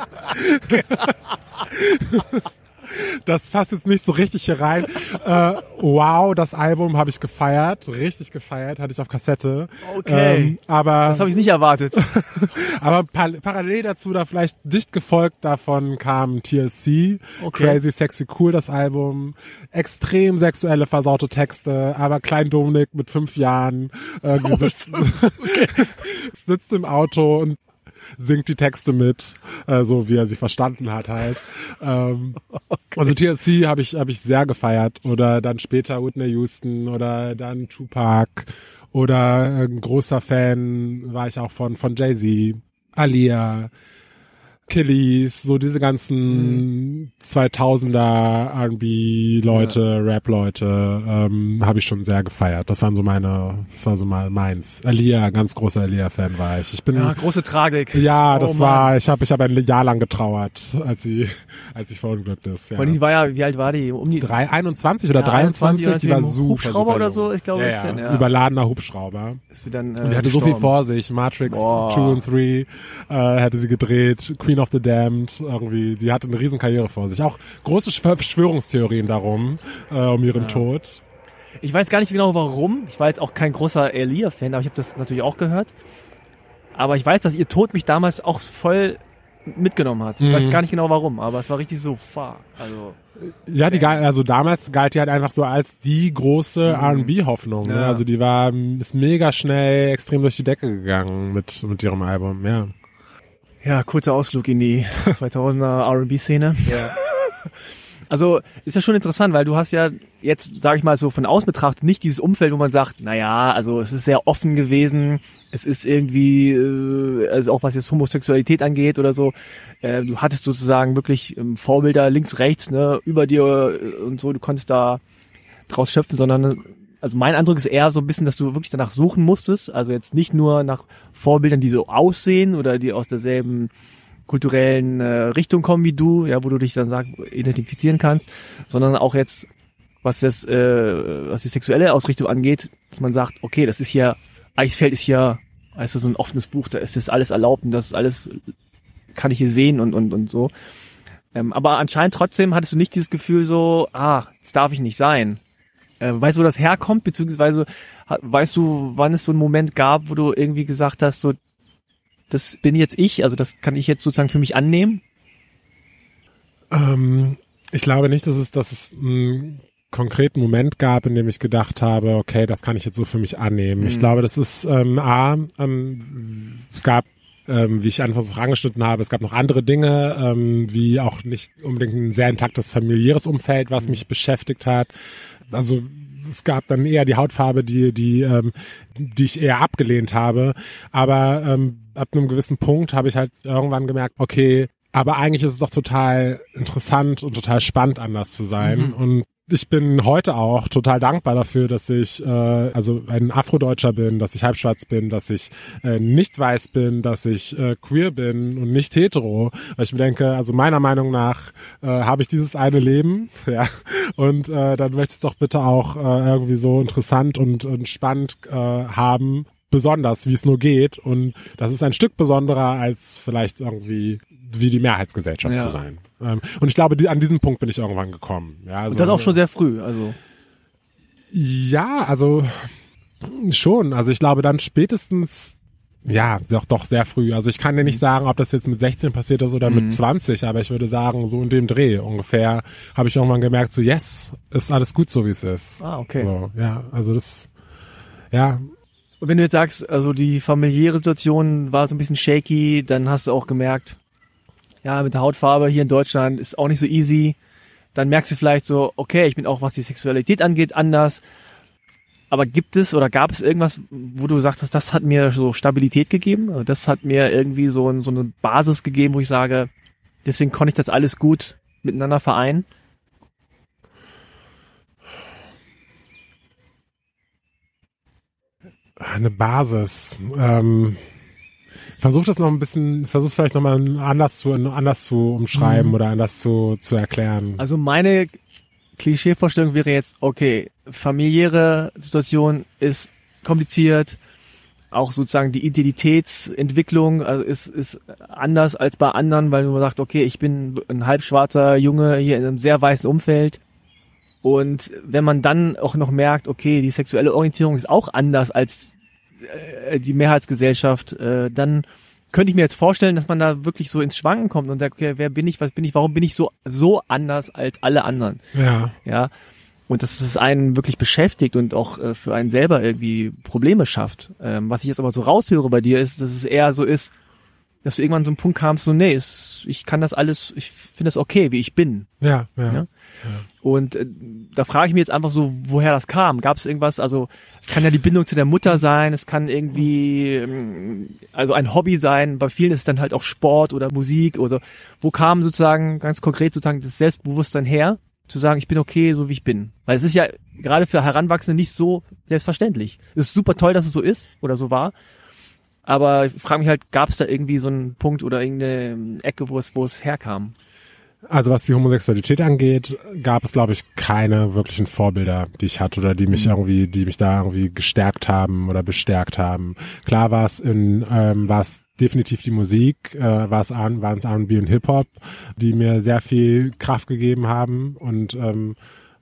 das passt jetzt nicht so richtig hier rein. Äh, wow, das Album habe ich gefeiert, richtig gefeiert, hatte ich auf Kassette. Okay. Ähm, aber Das habe ich nicht erwartet. aber par parallel dazu da vielleicht dicht gefolgt davon kam T L C, Okay. Crazy Sexy Cool, das Album, extrem sexuelle versaute Texte, aber Klein Dominik mit fünf Jahren äh, Oh, sitzt, sitzt im Auto und singt die Texte mit, äh, so wie er sie verstanden hat halt. Ähm, Also T L C habe ich habe ich sehr gefeiert oder dann später Whitney Houston oder dann Tupac oder äh, ein großer Fan war ich auch von von Jay-Z, Aaliyah, Killies, so diese ganzen zweitausender R and B-Leute, Rap-Leute, ähm, habe ich schon sehr gefeiert. Das waren so meine, das war so mal meins. Aaliyah, ganz großer Aaliyah-Fan war ich. Ich bin Ja, große Tragik. ja, das Oh, war, Mann. ich habe ich hab ein Jahr lang getrauert, als sie, als ich verunglückt ist. Ja. Vor allem, die war ja, wie alt war die? Um die Drei, einundzwanzig oder Ja, dreiundzwanzig, einundzwanzig, die war oder super, Hubschrauber super oder jung. so, ich glaube, ja, ist ja, denn, ja. überladener Hubschrauber. ist sie dann äh, Und die hatte so viel vor sich. Matrix Boah. two und three äh, hatte sie gedreht, Queen of the Damned, irgendwie, die hatte eine riesen Karriere vor sich. Auch große Schw- Verschwörungstheorien darum, äh, um ihren Ja. Tod. Ich weiß gar nicht genau warum. Ich war jetzt auch kein großer Aaliyah-Fan, aber ich habe das natürlich auch gehört. Aber ich weiß, dass ihr Tod mich damals auch voll mitgenommen hat. Ich Mhm. weiß gar nicht genau warum, aber es war richtig so, fuck. Also, Ja, die gal- also damals galt die halt einfach so als die große R and B-Hoffnung. Ne? Ja. Also die war ist mega schnell extrem durch die Decke gegangen mit mit ihrem Album. Ja. ja, kurzer Ausflug in die zweitausender R and B-Szene. Ja. Also ist ja schon interessant, weil du hast ja jetzt, sage ich mal so von außen betrachtet, nicht dieses Umfeld, wo man sagt, naja, also es ist sehr offen gewesen, es ist irgendwie, äh, also auch was jetzt Homosexualität angeht oder so, äh, du hattest sozusagen wirklich ähm, Vorbilder links, rechts, ne, über dir äh, und so, du konntest da draus schöpfen, sondern also mein Eindruck ist eher so ein bisschen, dass du wirklich danach suchen musstest, also jetzt nicht nur nach Vorbildern, die so aussehen oder die aus derselben kulturellen äh, Richtung kommen wie du, ja, wo du dich dann sag, identifizieren kannst, sondern auch jetzt, was das, äh, was die sexuelle Ausrichtung angeht, dass man sagt, okay, das ist hier, Eichsfeld ist hier, weißt du, so ein offenes Buch, da ist das alles erlaubt und das alles kann ich hier sehen und und und so. Ähm, aber anscheinend trotzdem hattest du nicht dieses Gefühl so, ah, das darf ich nicht sein. Äh, weißt du, wo das herkommt, beziehungsweise weißt du, wann es so einen Moment gab, wo du irgendwie gesagt hast, so, das bin jetzt ich, also das kann ich jetzt sozusagen für mich annehmen? Ähm, ich glaube nicht, dass es, dass es einen konkreten Moment gab, in dem ich gedacht habe, okay, das kann ich jetzt so für mich annehmen. Mhm. Ich glaube, das ist ähm, A, ähm, es gab, ähm, wie ich anfangs auch angeschnitten habe, es gab noch andere Dinge, ähm, wie auch nicht unbedingt ein sehr intaktes familiäres Umfeld, was mhm. mich beschäftigt hat. Also es gab dann eher die Hautfarbe, die die ähm, die ich eher abgelehnt habe. Aber ähm, ab einem gewissen Punkt habe ich halt irgendwann gemerkt, okay, aber eigentlich ist es doch total interessant und total spannend, anders zu sein. Mhm. Und ich bin heute auch total dankbar dafür, dass ich äh, also ein Afrodeutscher bin, dass ich halbschwarz bin, dass ich äh, nicht weiß bin, dass ich äh, queer bin und nicht hetero. Weil ich mir denke, also meiner Meinung nach äh, habe ich dieses eine Leben, ja, und äh, dann möchte ich es doch bitte auch äh, irgendwie so interessant und, und spannend äh, haben, besonders, wie es nur geht. Und das ist ein Stück besonderer als vielleicht irgendwie wie die Mehrheitsgesellschaft ja. zu sein. Ähm, und ich glaube, die, an diesem Punkt bin ich irgendwann gekommen. Ja, also, und das auch schon sehr früh, also. Ja, also schon. Also ich glaube dann spätestens, ja, doch, doch sehr früh. Also ich kann dir nicht sagen, ob das jetzt mit sechzehn passiert ist oder mhm. mit zwanzig, aber ich würde sagen, so in dem Dreh ungefähr habe ich irgendwann gemerkt, so yes, ist alles gut so, wie es ist. Ah, okay. So, ja, also das, ja. Und wenn du jetzt sagst, also die familiäre Situation war so ein bisschen shaky, dann hast du auch gemerkt, ja, mit der Hautfarbe hier in Deutschland ist auch nicht so easy. Dann merkst du vielleicht so, okay, ich bin auch, was die Sexualität angeht, anders. Aber gibt es oder gab es irgendwas, wo du sagst, das hat mir so Stabilität gegeben? Das hat mir irgendwie so, so eine Basis gegeben, wo ich sage, deswegen konnte ich das alles gut miteinander vereinen? Eine Basis. Ähm Versuch das noch ein bisschen, versuch vielleicht noch mal anders zu, anders zu umschreiben mhm. oder anders zu, zu erklären. Also meine Klischeevorstellung wäre jetzt, okay, familiäre Situation ist kompliziert, auch sozusagen die Identitätsentwicklung also ist, ist anders als bei anderen, weil man sagt, okay, ich bin ein halbschwarzer Junge hier in einem sehr weißen Umfeld. Und wenn man dann auch noch merkt, okay, die sexuelle Orientierung ist auch anders als die Mehrheitsgesellschaft, äh, dann könnte ich mir jetzt vorstellen, dass man da wirklich so ins Schwanken kommt und sagt, okay, wer bin ich, was bin ich, warum bin ich so so anders als alle anderen? Ja. Ja. Und dass es einen wirklich beschäftigt und auch äh, für einen selber irgendwie Probleme schafft. Ähm, was ich jetzt aber so raushöre bei dir ist, dass es eher so ist, dass du irgendwann so einen Punkt kamst, so nee, es, ich kann das alles, ich finde das okay, wie ich bin. Ja, ja. ja? ja. Und äh, da frage ich mich jetzt einfach so, woher das kam. Gab es irgendwas, also es kann ja die Bindung zu der Mutter sein, es kann irgendwie ähm, also ein Hobby sein, bei vielen ist es dann halt auch Sport oder Musik oder wo kam sozusagen ganz konkret sozusagen das Selbstbewusstsein her, zu sagen, ich bin okay, so wie ich bin. Weil es ist ja gerade für Heranwachsende nicht so selbstverständlich. Es ist super toll, dass es so ist oder so war. Aber ich frage mich halt, gab es da irgendwie so einen Punkt oder irgendeine Ecke, wo es, wo es herkam? Also was die Homosexualität angeht, gab es, glaube ich, keine wirklichen Vorbilder, die ich hatte oder die mich mhm. irgendwie, die mich da irgendwie gestärkt haben oder bestärkt haben. Klar war es in, ähm, war es definitiv die Musik, äh, war es an, waren es R und B und Hip-Hop, die mir sehr viel Kraft gegeben haben und ähm,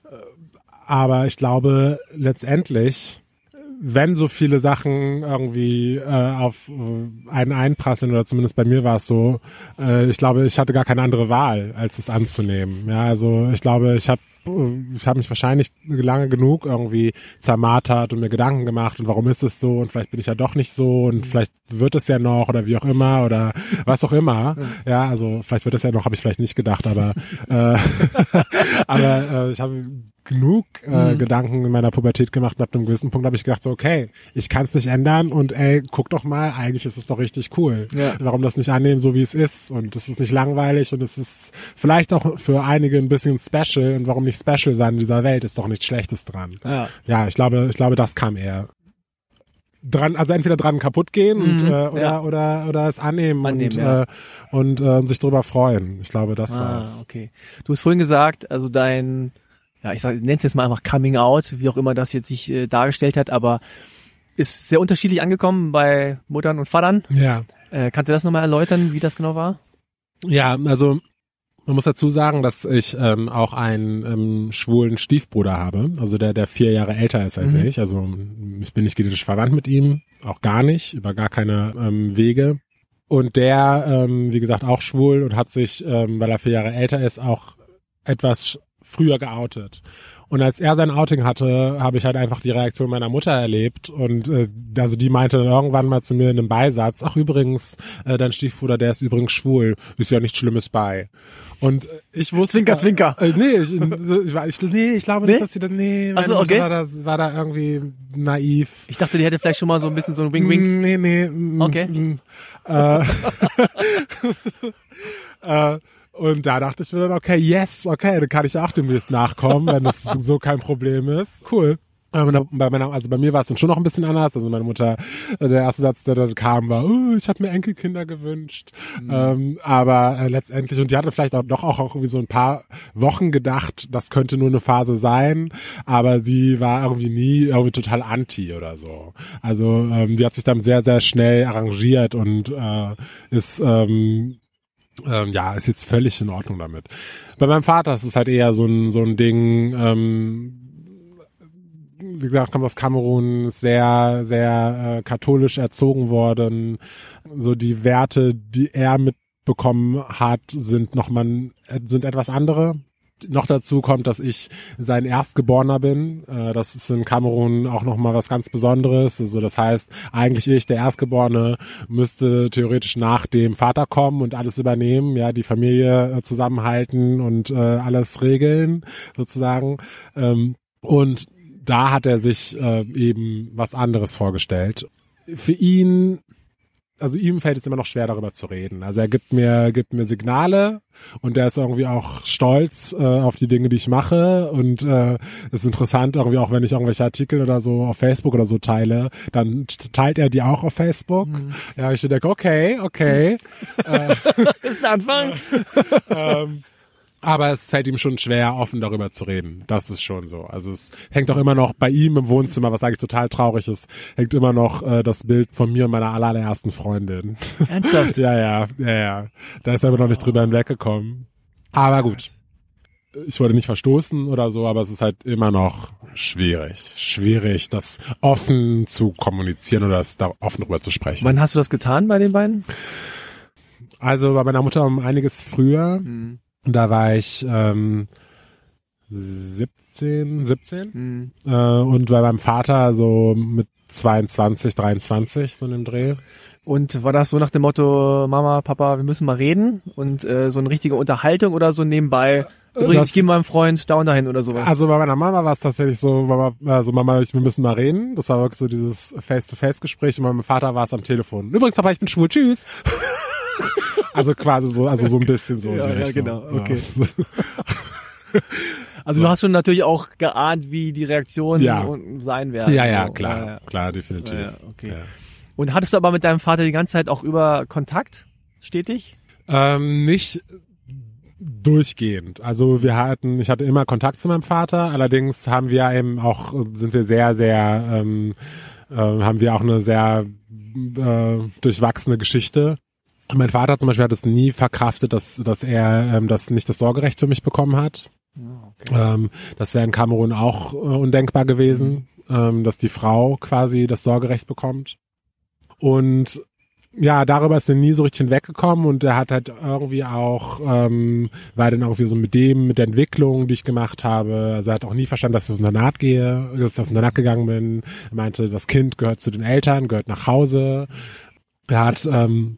aber ich glaube letztendlich, wenn so viele Sachen irgendwie äh, auf äh, einen einprasseln, oder zumindest bei mir war es so, äh, ich glaube, ich hatte gar keine andere Wahl, als es anzunehmen. Ja, also ich glaube, ich habe ich habe mich wahrscheinlich lange genug irgendwie zermartert und mir Gedanken gemacht und warum ist es so und vielleicht bin ich ja doch nicht so und vielleicht wird es ja noch oder wie auch immer oder was auch immer. Ja, also vielleicht wird es ja noch, habe ich vielleicht nicht gedacht, aber äh, aber äh, ich habe genug äh, mhm. Gedanken in meiner Pubertät gemacht und ab einem gewissen Punkt habe ich gedacht so, okay, ich kann es nicht ändern und ey, guck doch mal, eigentlich ist es doch richtig cool. Ja. Warum das nicht annehmen, so wie es ist und es ist nicht langweilig und es ist vielleicht auch für einige ein bisschen special und warum nicht special sein in dieser Welt, ist doch nichts Schlechtes dran. Ja, ja ich glaube, ich glaube, das kam eher dran, also entweder dran kaputt gehen mhm. und, äh, oder, ja. oder, oder es annehmen, annehmen und, ja. äh, und äh, sich drüber freuen. Ich glaube, das ah, war's. Okay. Du hast vorhin gesagt, also dein ja, ich sag, nenne es jetzt mal einfach Coming Out, wie auch immer das jetzt sich äh, dargestellt hat, aber ist sehr unterschiedlich angekommen bei Muttern und Vatern. Ja. Äh, kannst du das nochmal erläutern, wie das genau war? Ja, also man muss dazu sagen, dass ich ähm, auch einen ähm, schwulen Stiefbruder habe, also der, der vier Jahre älter ist als mhm. ich. Also ich bin nicht genetisch verwandt mit ihm, auch gar nicht, über gar keine ähm, Wege. Und der, ähm, wie gesagt, auch schwul und hat sich, ähm, weil er vier Jahre älter ist, auch etwas früher geoutet. Und als er sein Outing hatte, habe ich halt einfach die Reaktion meiner Mutter erlebt und äh, also die meinte dann irgendwann mal zu mir in einem Beisatz, ach übrigens, äh, dein Stiefbruder, der ist übrigens schwul, ist ja nichts Schlimmes bei. Und ich wusste... Zwinker, da, Zwinker. Äh, nee, ich, ich, ich, nee, ich glaube nee? nicht, dass sie dann... Nee, meine so, okay. Mutter war da, war da irgendwie naiv. Ich dachte, die hätte vielleicht schon mal so ein bisschen so ein Wink-Wink. Nee, nee. Mm, okay. Mm, äh, äh, Und da dachte ich mir dann, okay, yes, okay, dann kann ich auch demnächst nachkommen, wenn das so kein Problem ist. Cool. Bei meiner, also bei mir war es dann schon noch ein bisschen anders. Also meine Mutter, der erste Satz, der dann kam, war, oh, ich habe mir Enkelkinder gewünscht. Mhm. Ähm, aber äh, letztendlich, und die hatte vielleicht auch doch auch, auch irgendwie so ein paar Wochen gedacht, das könnte nur eine Phase sein, aber sie war irgendwie nie irgendwie total anti oder so. Also ähm, die hat sich dann sehr, sehr schnell arrangiert und äh, ist ähm, Ähm, ja, ist jetzt völlig in Ordnung damit. Bei meinem Vater ist es halt eher so ein so ein Ding, ähm, wie gesagt, kommt aus Kamerun, ist sehr, sehr äh, katholisch erzogen worden. So die Werte, die er mitbekommen hat, sind noch mal, sind etwas andere. Noch dazu kommt, dass ich sein Erstgeborener bin. Das ist in Kamerun auch nochmal was ganz Besonderes. Also das heißt, eigentlich ich, der Erstgeborene, müsste theoretisch nach dem Vater kommen und alles übernehmen, ja, die Familie zusammenhalten und äh, alles regeln, sozusagen. Ähm, und da hat er sich äh, eben was anderes vorgestellt. Für ihn, also ihm fällt es immer noch schwer, darüber zu reden. Also er gibt mir, gibt mir Signale und er ist irgendwie auch stolz äh, auf die Dinge, die ich mache und äh, ist interessant irgendwie auch, wenn ich irgendwelche Artikel oder so auf Facebook oder so teile, dann teilt er die auch auf Facebook. Mhm. Ja, ich denke, okay, okay. äh, ist ein Anfang. ähm, Aber es fällt ihm schon schwer, offen darüber zu reden. Das ist schon so. Also es hängt auch immer noch bei ihm im Wohnzimmer, was eigentlich total traurig ist, hängt immer noch äh, das Bild von mir und meiner allerersten Freundin. Ernsthaft? ja, ja, ja, ja. Da ist er aber noch nicht drüber hinweggekommen. Aber gut. Ich wurde nicht verstoßen oder so, aber es ist halt immer noch schwierig. Schwierig, das offen zu kommunizieren oder das da offen drüber zu sprechen. Wann hast du das getan bei den beiden? Also bei meiner Mutter um einiges früher. Mhm. Da war ich ähm, siebzehn, siebzehn mhm. äh, und bei meinem Vater so mit zweiundzwanzig, dreiundzwanzig so in dem Dreh. Und war das so nach dem Motto, Mama, Papa, wir müssen mal reden und äh, so eine richtige Unterhaltung oder so nebenbei, übrigens, ich gehe mit meinem Freund da und dahin oder sowas? Also bei meiner Mama war es tatsächlich so, Mama, also Mama, wir müssen mal reden. Das war wirklich so dieses Face-to-Face-Gespräch und bei meinem Vater war es am Telefon. Übrigens, Papa, ich bin schwul, tschüss. Also quasi so, also so ein bisschen so. Ja, ja, genau, okay. Also du hast schon natürlich auch geahnt, wie die Reaktionen ja. sein werden. Ja, ja, klar, ja, ja. klar, definitiv. Ja, okay. Ja. Und hattest du aber mit deinem Vater die ganze Zeit auch über Kontakt stetig? Ähm, nicht durchgehend. Also wir hatten, ich hatte immer Kontakt zu meinem Vater, allerdings haben wir eben auch, sind wir sehr, sehr, ähm, äh, haben wir auch eine sehr äh, durchwachsene Geschichte. Mein Vater zum Beispiel hat es nie verkraftet, dass, dass er ähm, das nicht das Sorgerecht für mich bekommen hat. Okay. Ähm, das wäre in Kamerun auch äh, undenkbar gewesen, mhm. ähm, dass die Frau quasi das Sorgerecht bekommt. Und ja, darüber ist er nie so richtig hinweggekommen und er hat halt irgendwie auch, ähm, war dann irgendwie so mit dem, mit der Entwicklung, die ich gemacht habe, also er hat auch nie verstanden, dass ich aus dem Internat gehe, dass ich aus dem Internat gegangen bin. Er meinte, das Kind gehört zu den Eltern, gehört nach Hause. Er hat, ähm,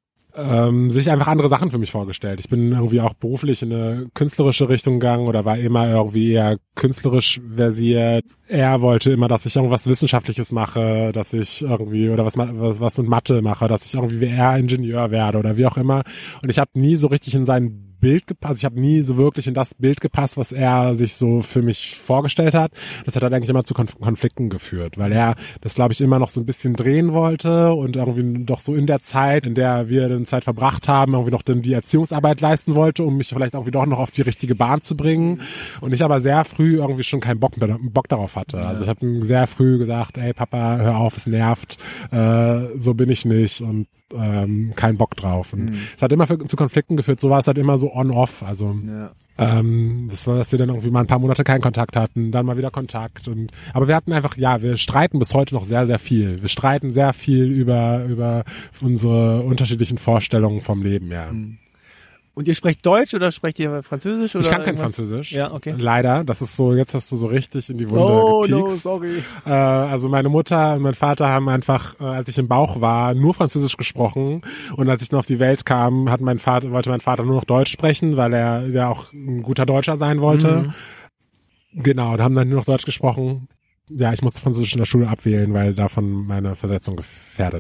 ähm, sich einfach andere Sachen für mich vorgestellt. Ich bin irgendwie auch beruflich in eine künstlerische Richtung gegangen oder war immer irgendwie eher künstlerisch versiert. Er wollte immer, dass ich irgendwas Wissenschaftliches mache, dass ich irgendwie oder was was, was mit Mathe mache, dass ich irgendwie wie er Ingenieur werde oder wie auch immer. Und ich habe nie so richtig in sein Bild gepasst. Ich habe nie so wirklich in das Bild gepasst, was er sich so für mich vorgestellt hat. Das hat halt eigentlich immer zu Konf- Konflikten geführt, weil er das, glaube ich, immer noch so ein bisschen drehen wollte und irgendwie doch so in der Zeit, in der wir dann Zeit verbracht haben, irgendwie noch dann die Erziehungsarbeit leisten wollte, um mich vielleicht irgendwie doch noch auf die richtige Bahn zu bringen. Und ich aber sehr früh irgendwie schon keinen Bock, Bock darauf hatte. Ja. Also ich habe ihm sehr früh gesagt, ey Papa, hör auf, es nervt, äh, so bin ich nicht und ähm, kein Bock drauf. Und mhm. es hat immer für, zu Konflikten geführt. So war es halt immer so on-off. Also ja. ähm, das war, dass wir dann irgendwie mal ein paar Monate keinen Kontakt hatten, dann mal wieder Kontakt. Und aber wir hatten einfach, ja, wir streiten bis heute noch sehr, sehr viel. Wir streiten sehr viel über über unsere unterschiedlichen Vorstellungen vom Leben, ja. Mhm. Und ihr sprecht Deutsch oder sprecht ihr Französisch? Oder ich kann kein irgendwas? Französisch. Ja, okay. Leider. Das ist so, jetzt hast du so richtig in die Wunde oh, gepiekst. Oh, no, sorry. Äh, also meine Mutter und mein Vater haben einfach, äh, als ich im Bauch war, nur Französisch gesprochen. Und als ich noch auf die Welt kam, hat mein Vater, wollte mein Vater nur noch Deutsch sprechen, weil er ja auch ein guter Deutscher sein wollte. Mhm. Genau, da haben dann nur noch Deutsch gesprochen. Ja, ich musste Französisch in der Schule abwählen, weil davon meine Versetzung gefährdet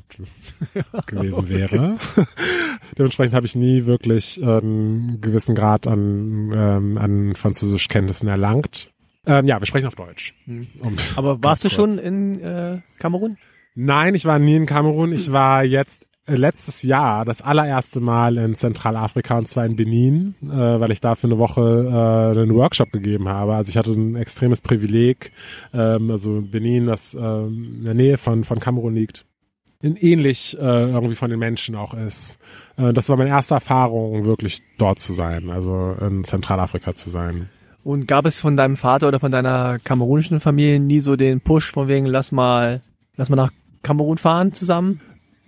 gewesen wäre. Okay. Dementsprechend habe ich nie wirklich einen gewissen Grad an, ähm, an Französischkenntnissen erlangt. Ähm, ja, wir sprechen auf Deutsch. Um, Aber warst du kurz. schon in äh, Kamerun? Nein, ich war nie in Kamerun. Ich war jetzt letztes Jahr das allererste Mal in Zentralafrika und zwar in Benin, äh, weil ich da für eine Woche äh, einen Workshop gegeben habe. Also ich hatte ein extremes Privileg, ähm, also Benin, das äh, in der Nähe von von Kamerun liegt, in ähnlich äh, irgendwie von den Menschen auch ist. Äh, das war meine erste Erfahrung, wirklich dort zu sein, also in Zentralafrika zu sein. Und gab es von deinem Vater oder von deiner kamerunischen Familie nie so den Push von wegen, lass mal, lass mal nach Kamerun fahren zusammen?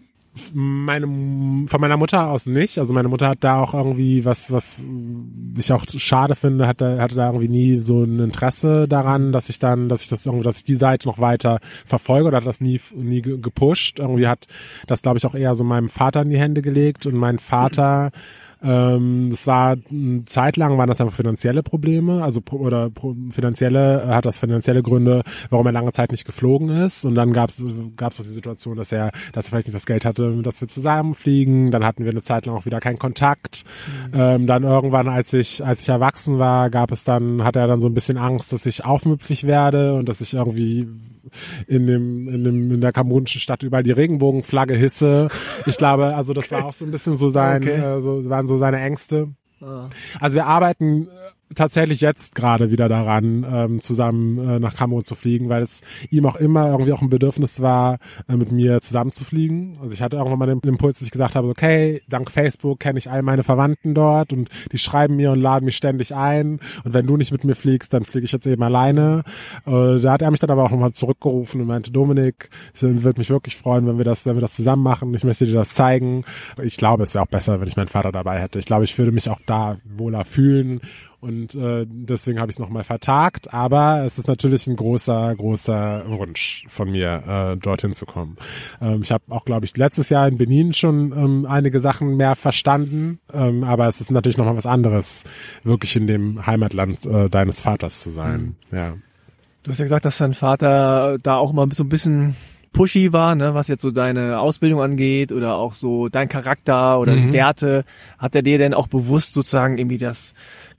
Meine, von meiner Mutter aus nicht. Also meine Mutter hat da auch irgendwie was, was ich auch schade finde, hatte, hatte da irgendwie nie so ein Interesse daran, dass ich dann, dass ich das irgendwie, dass ich die Seite noch weiter verfolge oder hat das nie, nie gepusht. Irgendwie hat das, glaube ich, auch eher so meinem Vater in die Hände gelegt und mein Vater, Ähm, das war eine Zeit lang waren das einfach finanzielle Probleme, also oder finanzielle hat das finanzielle Gründe, warum er lange Zeit nicht geflogen ist. Und dann gab es gab es auch die Situation, dass er, dass er vielleicht nicht das Geld hatte, dass wir zusammenfliegen. Dann hatten wir eine Zeit lang auch wieder keinen Kontakt. Mhm. Ähm, dann irgendwann, als ich als ich erwachsen war, gab es dann hat er dann so ein bisschen Angst, dass ich aufmüpfig werde und dass ich irgendwie in dem in dem in der kamerunischen Stadt überall die Regenbogenflagge hisse. Ich glaube, also das okay. war auch so ein bisschen so sein, okay. äh, so waren so seine Ängste. Ah. Also wir arbeiten tatsächlich jetzt gerade wieder daran, ähm, zusammen äh, nach Kamerun zu fliegen, weil es ihm auch immer irgendwie auch ein Bedürfnis war, äh, mit mir zusammen zu fliegen. Also ich hatte irgendwann mal den Impuls, dass ich gesagt habe, okay, dank Facebook kenne ich all meine Verwandten dort und die schreiben mir und laden mich ständig ein und wenn du nicht mit mir fliegst, dann fliege ich jetzt eben alleine. Äh, da hat er mich dann aber auch nochmal zurückgerufen und meinte, Dominik, ich würde mich wirklich freuen, wenn wir das, wenn wir das zusammen machen. Ich möchte dir das zeigen. Ich glaube, es wäre auch besser, wenn ich meinen Vater dabei hätte. Ich glaube, ich würde mich auch da wohler fühlen. Und äh, deswegen habe ich es nochmal vertagt, aber es ist natürlich ein großer, großer Wunsch von mir, äh, dorthin zu kommen. Ähm, ich habe auch, glaube ich, letztes Jahr in Benin schon ähm, einige Sachen mehr verstanden, ähm, aber es ist natürlich nochmal was anderes, wirklich in dem Heimatland äh, deines Vaters zu sein. Mhm. Ja. Du hast ja gesagt, dass dein Vater da auch mal so ein bisschen pushy war, ne, was jetzt so deine Ausbildung angeht oder auch so dein Charakter oder mhm. die Werte. Hat er dir denn auch bewusst sozusagen irgendwie das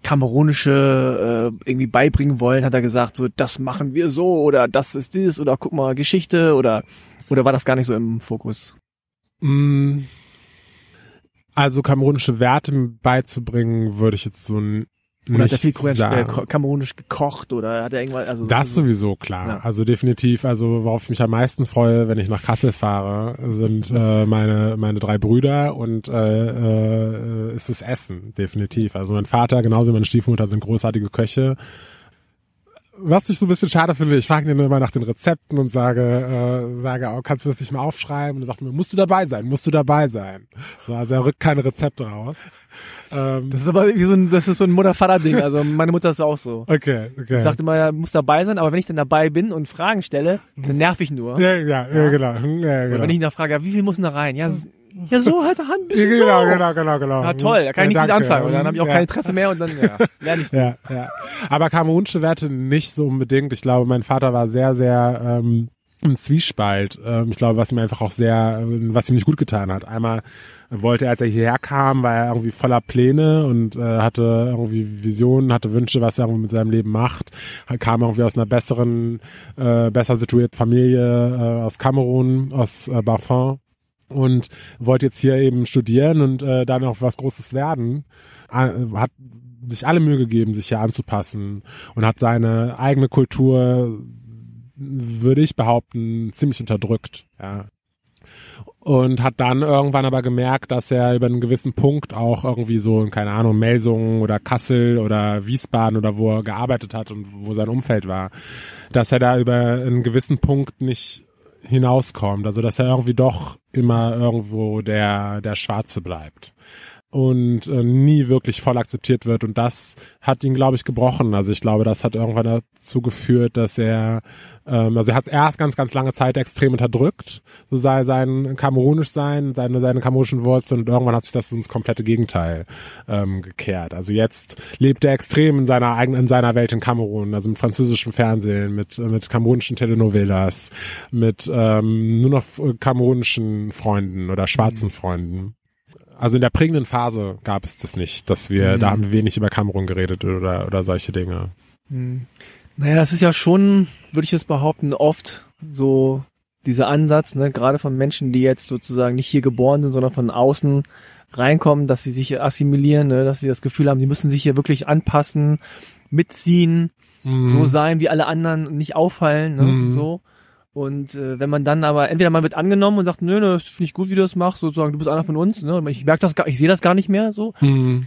Kamerunische äh, irgendwie beibringen wollen? Hat er gesagt, so das machen wir so oder das ist dieses oder guck mal Geschichte oder oder war das gar nicht so im Fokus? Also kamerunische Werte beizubringen, würde ich jetzt so ein Oder hat er viel äh, kamerunisch gekocht oder hat er irgendwas, also das so, sowieso klar, ja. Also definitiv, also worauf ich mich am meisten freue, wenn ich nach Kassel fahre, sind äh, meine meine drei Brüder und äh, äh, ist das Essen, definitiv. Also mein Vater, genauso wie meine Stiefmutter sind großartige Köche. was ich so ein bisschen schade finde, ich frage ihn nur immer nach den Rezepten und sage, äh, sage, oh, kannst du das nicht mal aufschreiben? Und er sagt mir, musst du dabei sein, musst du dabei sein. So, also er rückt keine Rezepte raus. Ähm, Das ist aber wie so ein, das ist so ein Mutter-Vater-Ding. Also meine Mutter ist auch so. okay, okay. Sie sagt immer, ja, muss dabei sein, aber wenn ich dann dabei bin und Fragen stelle, dann nerv ich nur. Ja, ja, ja, ja, genau. Hm, ja, genau. Oder wenn ich ihn dann frage, ja, wie viel muss denn da rein? Ja, so, ja, so halt Hand ein bisschen genau, so. genau, genau, genau. Ja, toll, da kann ich ja, nicht mit danke. anfangen. Und dann habe ich auch ja. kein Interesse mehr und dann ja, lerne ich. Ja, ja. Aber kamerunische Werte nicht so unbedingt. Ich glaube, mein Vater war sehr, sehr ähm, im Zwiespalt. Ähm, ich glaube, was ihm einfach auch sehr, äh, was ihm nicht gut getan hat. Einmal wollte er, als er hierher kam, war er irgendwie voller Pläne und äh, hatte irgendwie Visionen, hatte Wünsche, was er irgendwie mit seinem Leben macht. Er kam irgendwie aus einer besseren, äh, besser situierten Familie äh, aus Kamerun, aus äh, Bafin. Und wollte jetzt hier eben studieren und äh, dann auch was Großes werden. Äh, hat sich alle Mühe gegeben, sich hier anzupassen und hat seine eigene Kultur, würde ich behaupten, ziemlich unterdrückt. Ja. Und hat dann irgendwann aber gemerkt, dass er über einen gewissen Punkt auch irgendwie so, keine Ahnung, Melsungen oder Kassel oder Wiesbaden oder wo er gearbeitet hat und wo sein Umfeld war, dass er da über einen gewissen Punkt nicht hinauskommt, also dass er irgendwie doch immer irgendwo der der Schwarze bleibt und äh, nie wirklich voll akzeptiert wird und das hat ihn, glaube ich, gebrochen. Also ich glaube, das hat irgendwann dazu geführt, dass er, ähm, also er hat es erst ganz, ganz lange Zeit extrem unterdrückt, so sei sein kamerunisch sein, seine seine kamerinischen Wurzeln und irgendwann hat sich das ins komplette Gegenteil ähm, gekehrt. Also jetzt lebt er extrem in seiner eigenen, in seiner Welt in Kamerun, also mit französischem Fernsehen, mit mit kamerunischen Telenovelas, mit ähm, nur noch kamerunischen Freunden oder schwarzen mhm. Freunden. Also in der prägenden Phase gab es das nicht, dass wir, mhm. da haben wir wenig über Kamerun geredet oder oder solche Dinge. Mhm. Naja, das ist ja schon, würde ich jetzt behaupten, oft so dieser Ansatz, ne, gerade von Menschen, die jetzt sozusagen nicht hier geboren sind, sondern von außen reinkommen, dass sie sich assimilieren, ne, dass sie das Gefühl haben, die müssen sich hier wirklich anpassen, mitziehen, mhm. so sein wie alle anderen, nicht auffallen, ne, mhm. so. Und äh, wenn man dann aber, entweder man wird angenommen und sagt, nö, nö, das finde ich gut, wie du das machst, sozusagen, du bist einer von uns, ne? Ich merke das gar, ich sehe das gar nicht mehr so. Mhm.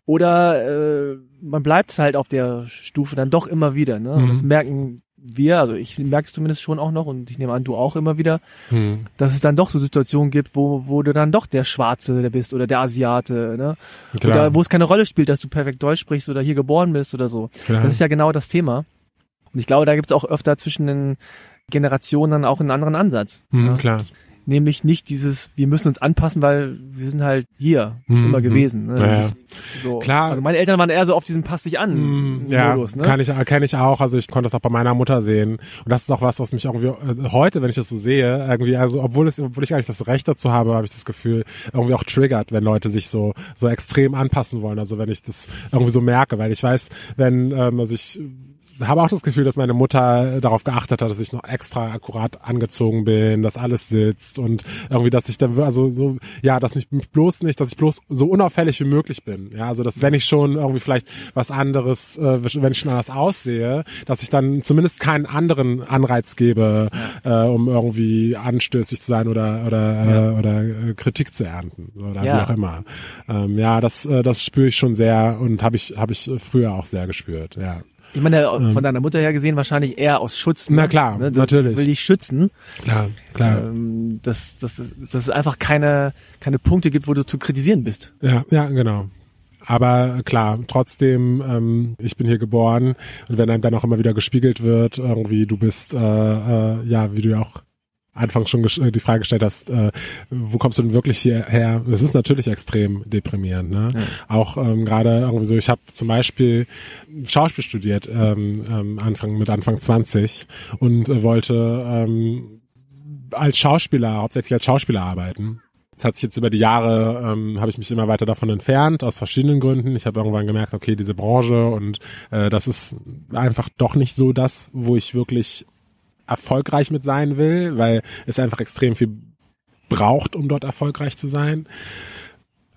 Oder äh, man bleibt halt auf der Stufe dann doch immer wieder, ne? Und das Mhm. merken wir, also ich merke es zumindest schon auch noch und ich nehme an, du auch immer wieder, mhm. dass es dann doch so Situationen gibt, wo wo du dann doch der Schwarze der bist oder der Asiate, ne? Klar. Oder wo es keine Rolle spielt, dass du perfekt Deutsch sprichst oder hier geboren bist oder so. Klar. Das ist ja genau das Thema. Und ich glaube, da gibt es auch öfter zwischen den Generationen dann auch einen anderen Ansatz. Mhm, ja? klar. Nämlich nicht dieses, wir müssen uns anpassen, weil wir sind halt hier Mhm. immer gewesen. Ne? Ja, ja. Das, so. Klar. Also meine Eltern waren eher so auf diesem Pass dich an Mm, ja, Modus. Ne? kann ich, kenne ich auch. Also ich konnte das auch bei meiner Mutter sehen. Und das ist auch was, was mich irgendwie äh, heute, wenn ich das so sehe, irgendwie, also obwohl es, obwohl ich eigentlich das Recht dazu habe, habe ich das Gefühl, irgendwie auch triggert, wenn Leute sich so so extrem anpassen wollen. Also wenn ich das irgendwie so merke, weil ich weiß, wenn, ähm, also ich habe auch das Gefühl, dass meine Mutter darauf geachtet hat, dass ich noch extra akkurat angezogen bin, dass alles sitzt und irgendwie, dass ich dann, also so, ja, dass ich mich bloß nicht, dass ich bloß so unauffällig wie möglich bin. Ja, also dass wenn ich schon irgendwie vielleicht was anderes, äh, wenn ich schon anders aussehe, dass ich dann zumindest keinen anderen Anreiz gebe, äh, um irgendwie anstößig zu sein oder oder ja. äh, oder äh, Kritik zu ernten oder ja. wie auch immer. Ähm, ja, das äh, das spüre ich schon sehr und habe ich habe ich früher auch sehr gespürt. Ja. Ich meine, von deiner Mutter her gesehen wahrscheinlich eher aus Schutz. Ne? Na klar, ne? natürlich. Will dich schützen. Klar, klar. Ähm, dass, dass, dass, dass es einfach keine, keine Punkte gibt, wo du zu kritisieren bist. Ja, ja, genau. Aber klar, trotzdem, ähm, ich bin hier geboren und wenn einem dann auch immer wieder gespiegelt wird, irgendwie du bist, äh, äh, ja, wie du ja auch anfangs schon ges- die Frage gestellt hast, äh, wo kommst du denn wirklich hierher? Es ist natürlich extrem deprimierend, ne? Ja. Auch ähm, gerade irgendwie so, ich habe zum Beispiel Schauspiel studiert, ähm, ähm, Anfang mit Anfang zwanzig und äh, wollte ähm, als Schauspieler, hauptsächlich als Schauspieler arbeiten. Das hat sich jetzt über die Jahre, ähm, habe ich mich immer weiter davon entfernt, aus verschiedenen Gründen. Ich habe irgendwann gemerkt, okay, diese Branche und äh, das ist einfach doch nicht so das, wo ich wirklich erfolgreich mit sein will, weil es einfach extrem viel braucht, um dort erfolgreich zu sein.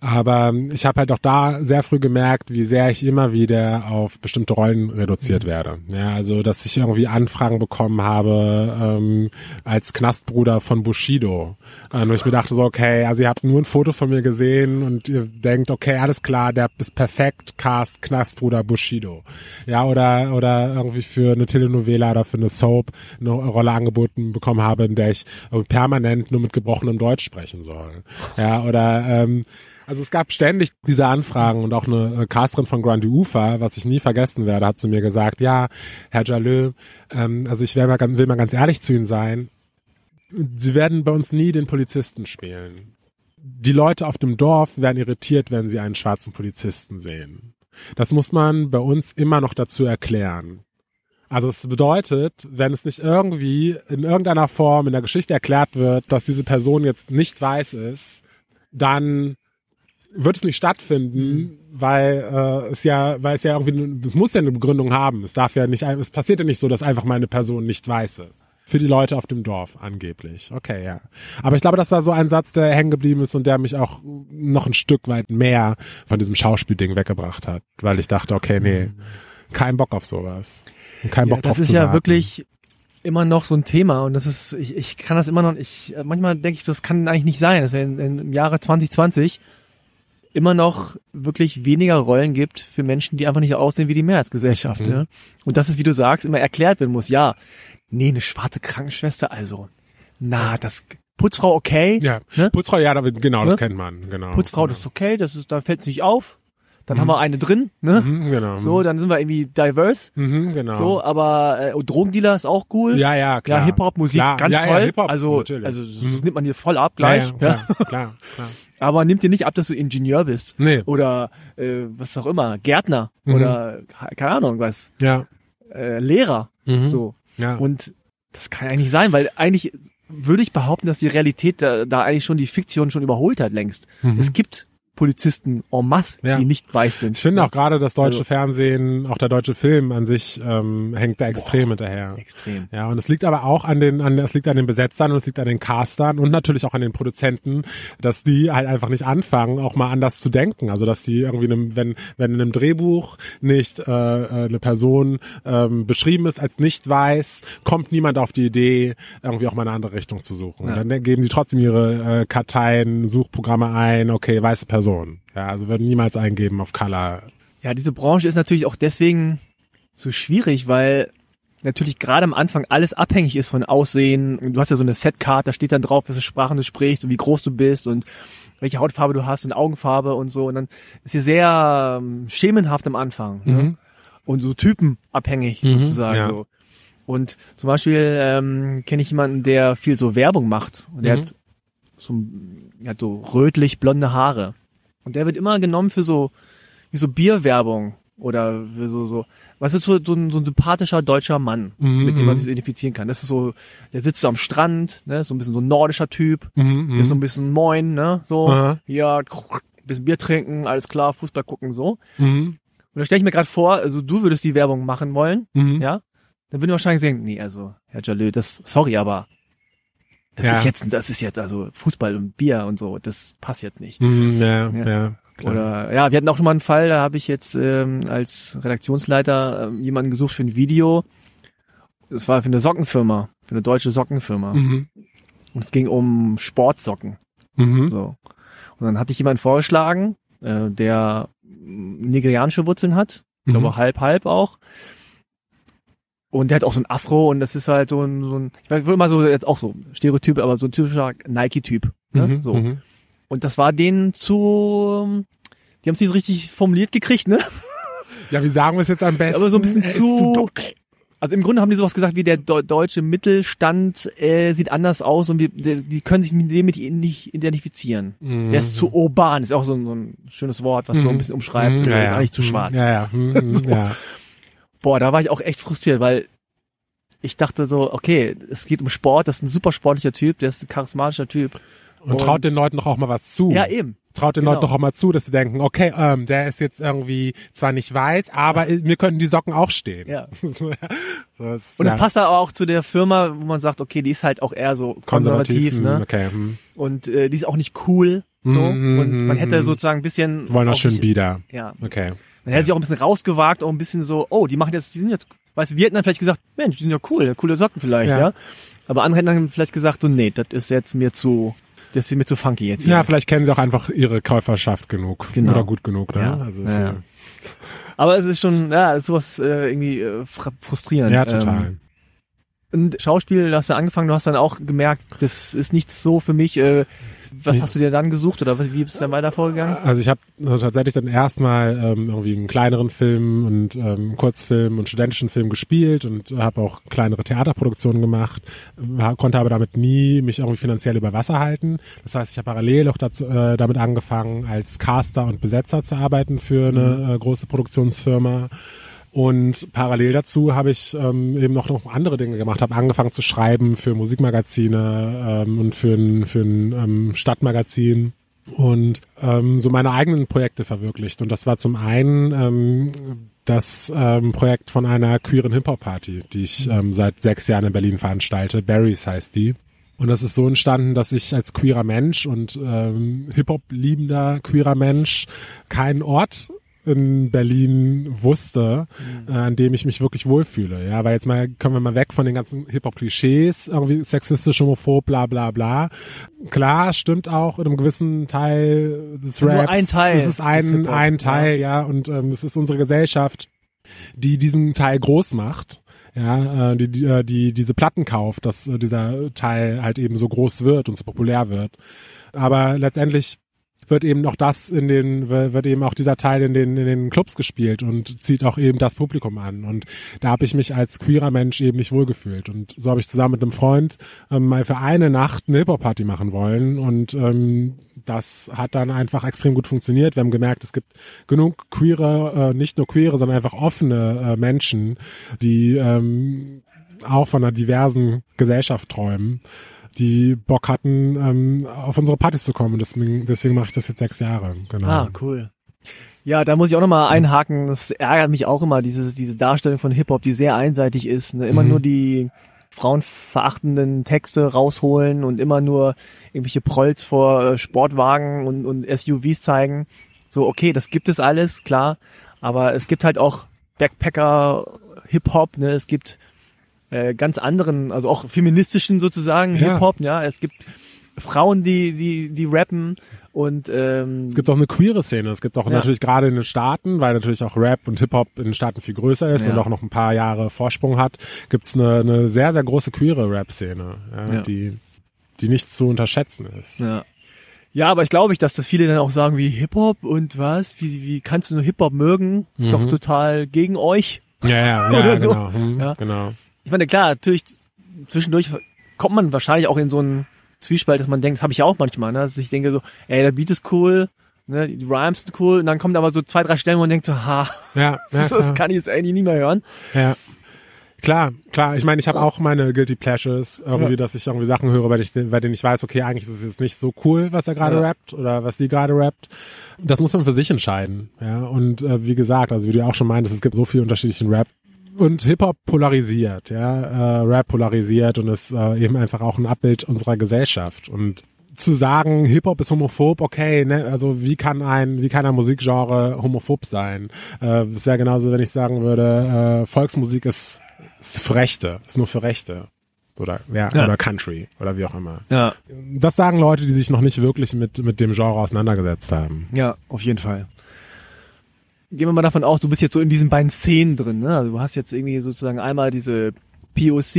Aber ich habe halt auch da sehr früh gemerkt, wie sehr ich immer wieder auf bestimmte Rollen reduziert mhm. werde. Ja, also dass ich irgendwie Anfragen bekommen habe ähm, als Knastbruder von Bushido. Und ich mir dachte so, okay, also ihr habt nur ein Foto von mir gesehen und ihr denkt, okay, alles klar, der ist perfekt, Cast Knastbruder Bushido. Ja, oder oder irgendwie für eine Telenovela oder für eine Soap eine Rolle angeboten bekommen habe, in der ich permanent nur mit gebrochenem Deutsch sprechen soll. Ja, oder ähm, also es gab ständig diese Anfragen und auch eine Casterin von Grandi Ufer, was ich nie vergessen werde, hat zu mir gesagt, ja, Herr Jalö, ähm, also ich will mal, will mal ganz ehrlich zu Ihnen sein, Sie werden bei uns nie den Polizisten spielen. Die Leute auf dem Dorf werden irritiert, wenn sie einen schwarzen Polizisten sehen. Das muss man bei uns immer noch dazu erklären. Also es bedeutet, wenn es nicht irgendwie in irgendeiner Form in der Geschichte erklärt wird, dass diese Person jetzt nicht weiß ist, dann wird es nicht stattfinden, weil äh, es ja, weil es ja irgendwie, es muss ja eine Begründung haben. Es darf ja nicht, es passiert ja nicht so, dass einfach mal eine Person nicht weiß ist. Für die Leute auf dem Dorf, angeblich. Okay, ja. Aber ich glaube, das war so ein Satz, der hängen geblieben ist und der mich auch noch ein Stück weit mehr von diesem Schauspielding weggebracht hat. Weil ich dachte, okay, nee, kein Bock auf sowas. Und kein Bock ja, drauf das ist zu ja warten. Wirklich immer noch so ein Thema und das ist, ich, ich kann das immer noch, ich, manchmal denke ich, das kann eigentlich nicht sein, dass wir in, in, im Jahre zwanzig zwanzig immer noch wirklich weniger Rollen gibt für Menschen, die einfach nicht aussehen wie die Mehrheitsgesellschaft. Mhm. Ja? Und das ist, wie du sagst, immer erklärt werden muss. Ja, nee, eine schwarze Krankenschwester, also, na, das, Putzfrau okay. Ja, ne? Putzfrau, ja, genau, das ne? kennt man, genau. Putzfrau, genau. das ist okay, das ist, da fällt es nicht auf. Dann mhm. haben wir eine drin, ne? Mhm, genau. So, dann sind wir irgendwie diverse. Mhm, genau. So, aber äh, Drogendealer ist auch cool. Ja, ja, klar. Ja, Hip-Hop, Musik, klar. ganz ja, toll. Ja, Hip-Hop, also, natürlich. also das mhm. nimmt man hier voll ab gleich. Ja, ja, klar, ja. klar, klar. Aber nimmt dir nicht ab, dass du Ingenieur bist. Nee. Oder äh, was auch immer, Gärtner mhm. oder keine Ahnung was. Ja. Äh, Lehrer. Mhm. So. Ja. Und das kann eigentlich nicht sein, weil eigentlich würde ich behaupten, dass die Realität da, da eigentlich schon die Fiktion schon überholt hat längst. Mhm. Es gibt Polizisten en masse, ja. die nicht weiß sind. Ich finde auch gerade das deutsche also, Fernsehen, auch der deutsche Film an sich ähm, hängt da extrem boah, hinterher. Extrem. Ja, und es liegt aber auch an den, an, es liegt an den Besetzern und es liegt an den Castern und natürlich auch an den Produzenten, dass die halt einfach nicht anfangen, auch mal anders zu denken. Also dass die irgendwie, einem, wenn wenn in einem Drehbuch nicht äh, eine Person ähm, beschrieben ist als nicht weiß, kommt niemand auf die Idee, irgendwie auch mal eine andere Richtung zu suchen. Ja. Und dann geben die trotzdem ihre äh, Karteien, Suchprogramme ein, okay, weiße Person. Ja, also würden niemals eingeben auf Color. Ja, diese Branche ist natürlich auch deswegen so schwierig, weil natürlich gerade am Anfang alles abhängig ist von Aussehen. Und du hast ja so eine Setcard, da steht dann drauf, welche Sprachen du sprichst und wie groß du bist und welche Hautfarbe du hast und Augenfarbe und so. Und dann ist hier sehr ähm, schemenhaft am Anfang. Mhm. Ne? Und so typenabhängig mhm, sozusagen. Ja. So. Und zum Beispiel ähm, kenne ich jemanden, der viel so Werbung macht. Und der mhm. hat so, der hat so rötlich blonde Haare. Und der wird immer genommen für so, wie so Bierwerbung oder für so, so, weißt du, so, so, ein, so ein sympathischer deutscher Mann, mm-hmm. mit dem man sich identifizieren kann. Das ist so, der sitzt so am Strand, ne, so ein bisschen so ein nordischer Typ, mm-hmm. der ist so ein bisschen moin, ne, so, uh-huh. ja, ein bisschen Bier trinken, alles klar, Fußball gucken, so. Mm-hmm. Und da stelle ich mir gerade vor, also du würdest die Werbung machen wollen, mm-hmm. ja, dann würden wir wahrscheinlich sagen, nee, also, Herr Jalö, das, sorry, aber Das ja. ist jetzt, das ist jetzt, also Fußball und Bier und so, das passt jetzt nicht. Mm, ja, ja, ja. Klar. Oder, ja, wir hatten auch schon mal einen Fall, da habe ich jetzt ähm, als Redaktionsleiter ähm, jemanden gesucht für ein Video. Das war für eine Sockenfirma, für eine deutsche Sockenfirma. Mhm. Und es ging um Sportsocken. Mhm. So. Und dann hatte ich jemanden vorgeschlagen, äh, der nigerianische Wurzeln hat. Ich glaube, mhm. halb, halb auch. Und der hat auch so ein Afro und das ist halt so ein, so ein, ich würde immer so jetzt auch so Stereotyp, aber so ein typischer Nike-Typ. Ne? Mhm, so. Mhm. Und das war denen zu, die haben es nicht so richtig formuliert gekriegt, ne? Ja, wie sagen wir es jetzt am besten? Aber so ein bisschen äh, zu, zu dunkel. Also im Grunde haben die sowas gesagt wie der do- deutsche Mittelstand äh, sieht anders aus und wir, die, die können sich mit dem mit nicht identifizieren. Mhm. Der ist zu urban, ist auch so ein, so ein schönes Wort, was mhm. so ein bisschen umschreibt. Mhm. Ja, der ist ja. eigentlich zu schwarz. Ja, ja. Mhm. so. ja. Boah, da war ich auch echt frustriert, weil ich dachte so, okay, es geht um Sport, das ist ein super sportlicher Typ, der ist ein charismatischer Typ. Und, und traut den Leuten doch auch mal was zu. Ja, eben. Traut den genau. Leuten doch auch mal zu, dass sie denken, okay, ähm, der ist jetzt irgendwie zwar nicht weiß, aber mir könnten die Socken auch stehen. Ja. das, und es ja. passt aber auch zu der Firma, wo man sagt, okay, die ist halt auch eher so konservativ, konservativ ne? Okay. Hm. Und äh, die ist auch nicht cool. So, Mhm, und man hätte mhm. sozusagen ein bisschen... Wollen auch auf schön sich- bieder. Ja. Okay. Man hätte sich auch ein bisschen rausgewagt, auch ein bisschen so, oh, die machen jetzt, die sind jetzt, weißt du, wir hätten dann vielleicht gesagt, Mensch, die sind ja cool, coole Socken vielleicht, ja. Ja. Aber andere hätten dann vielleicht gesagt, so, nee, das ist jetzt mir zu, das ist mir zu funky jetzt hier. Ja, vielleicht kennen sie auch einfach ihre Käuferschaft genug. Genau. Oder gut genug, ne? Ja. Also ist, Ja, ja. Aber es ist schon, ja, es ist sowas äh, irgendwie äh, fra- frustrierend. ja, total. Ähm, und Schauspiel, da hast du angefangen, du hast dann auch gemerkt, das ist nichts so für mich. Äh, was Nee. hast du dir dann gesucht oder wie bist du dann weiter vorgegangen? Also ich habe tatsächlich dann erstmal ähm, irgendwie einen kleineren Film und ähm, Kurzfilm und studentischen Film gespielt und habe auch kleinere Theaterproduktionen gemacht, äh, konnte aber damit nie mich irgendwie finanziell über Wasser halten. Das heißt, ich habe parallel auch dazu, äh, damit angefangen, als Caster und Besetzer zu arbeiten für eine äh, große Produktionsfirma. Und parallel dazu habe ich ähm, eben noch, noch andere Dinge gemacht, habe angefangen zu schreiben für Musikmagazine ähm, und für ein, für ein ähm, Stadtmagazin und ähm, so meine eigenen Projekte verwirklicht. Und das war zum einen ähm, das ähm, Projekt von einer queeren Hip-Hop-Party, die ich ähm, seit sechs Jahren in Berlin veranstalte. Barry's heißt die. Und das ist so entstanden, dass ich als queerer Mensch und ähm, Hip-Hop-liebender queerer Mensch keinen Ort in Berlin wusste, mhm. äh, an dem ich mich wirklich wohlfühle. Ja, weil jetzt mal kommen wir mal weg von den ganzen Hip-Hop-Klischees, irgendwie sexistisch, homophob, bla bla bla. Klar, stimmt auch in einem gewissen Teil des Nur Raps. ein Teil Es ist ein, des Hip-Hop, ein Teil, ja, ja und ähm, es ist unsere Gesellschaft, die diesen Teil groß macht. Ja, äh, die, die, äh, die diese Platten kauft, dass äh, dieser Teil halt eben so groß wird und so populär wird. Aber letztendlich wird eben auch das in den, wird eben auch dieser Teil in den, in den Clubs gespielt und zieht auch eben das Publikum an. Und da habe ich mich als queerer Mensch eben nicht wohlgefühlt. Und so habe ich zusammen mit einem Freund ähm, mal für eine Nacht eine Hip-Hop-Party machen wollen. Und ähm, das hat dann einfach extrem gut funktioniert. Wir haben gemerkt, es gibt genug queere, äh, nicht nur queere, sondern einfach offene äh, Menschen, die ähm, auch von einer diversen Gesellschaft träumen, die Bock hatten, ähm, auf unsere Partys zu kommen. Deswegen, deswegen mache ich das jetzt sechs Jahre. Genau. Ah, cool. Ja, da muss ich auch nochmal einhaken. Das ärgert mich auch immer, diese, diese Darstellung von Hip-Hop, die sehr einseitig ist. Ne? Immer Mhm. nur die frauenverachtenden Texte rausholen und immer nur irgendwelche Prolls vor äh, Sportwagen und, und S U Vs zeigen. So, okay, das gibt es alles, klar. Aber es gibt halt auch Backpacker-Hip-Hop, ne? Es gibt äh, ganz anderen, also auch feministischen sozusagen Ja. Hip-Hop, ja. Es gibt Frauen, die, die, die rappen und ähm, Es gibt auch eine queere Szene. Es gibt auch Ja. natürlich gerade in den Staaten, weil natürlich auch Rap und Hip-Hop in den Staaten viel größer ist Ja. und auch noch ein paar Jahre Vorsprung hat, gibt's eine, eine sehr, sehr große queere Rap-Szene, ja, Ja. die, die nicht zu unterschätzen ist. Ja. Ja, aber ich glaube ich, dass das viele dann auch sagen, wie Hip-Hop und was? Wie, wie kannst du nur Hip-Hop mögen? Ist Mhm. doch total gegen euch. Ja, ja, ja, Oder so. genau. Hm, Ja. genau. Ich meine, klar, natürlich, zwischendurch kommt man wahrscheinlich auch in so einen Zwiespalt, dass man denkt, das habe ich ja auch manchmal, ne? Dass ich denke so, ey, der Beat ist cool, ne? Die Rhymes sind cool, und dann kommt aber so zwei, drei Stellen, wo man denkt so, ha, Ja, ja, das klar. kann ich jetzt eigentlich nie mehr hören. Ja. Klar, klar. Ich meine, ich habe auch meine Guilty Pleasures, irgendwie, Ja. dass ich irgendwie Sachen höre, bei, denen- bei denen ich weiß, okay, eigentlich ist es jetzt nicht so cool, was er gerade Ja. rappt oder was die gerade rappt. Das muss man für sich entscheiden. Ja. Und äh, wie gesagt, also wie du auch schon meintest, es gibt so viel unterschiedlichen Rap. Und Hip-Hop polarisiert, ja, äh, Rap polarisiert und ist äh, eben einfach auch ein Abbild unserer Gesellschaft. Und zu sagen, Hip-Hop ist homophob, okay, ne, also wie kann ein, wie kann ein Musikgenre homophob sein? Äh, das wäre genauso, wenn ich sagen würde, äh, Volksmusik ist, ist für Rechte, ist nur für Rechte. Oder, ja, Ja. oder Country, oder wie auch immer. Ja. Das sagen Leute, die sich noch nicht wirklich mit, mit dem Genre auseinandergesetzt haben. Ja, auf jeden Fall. Gehen wir mal davon aus, du bist jetzt so in diesen beiden Szenen drin, ne? Also du hast jetzt irgendwie sozusagen einmal diese P O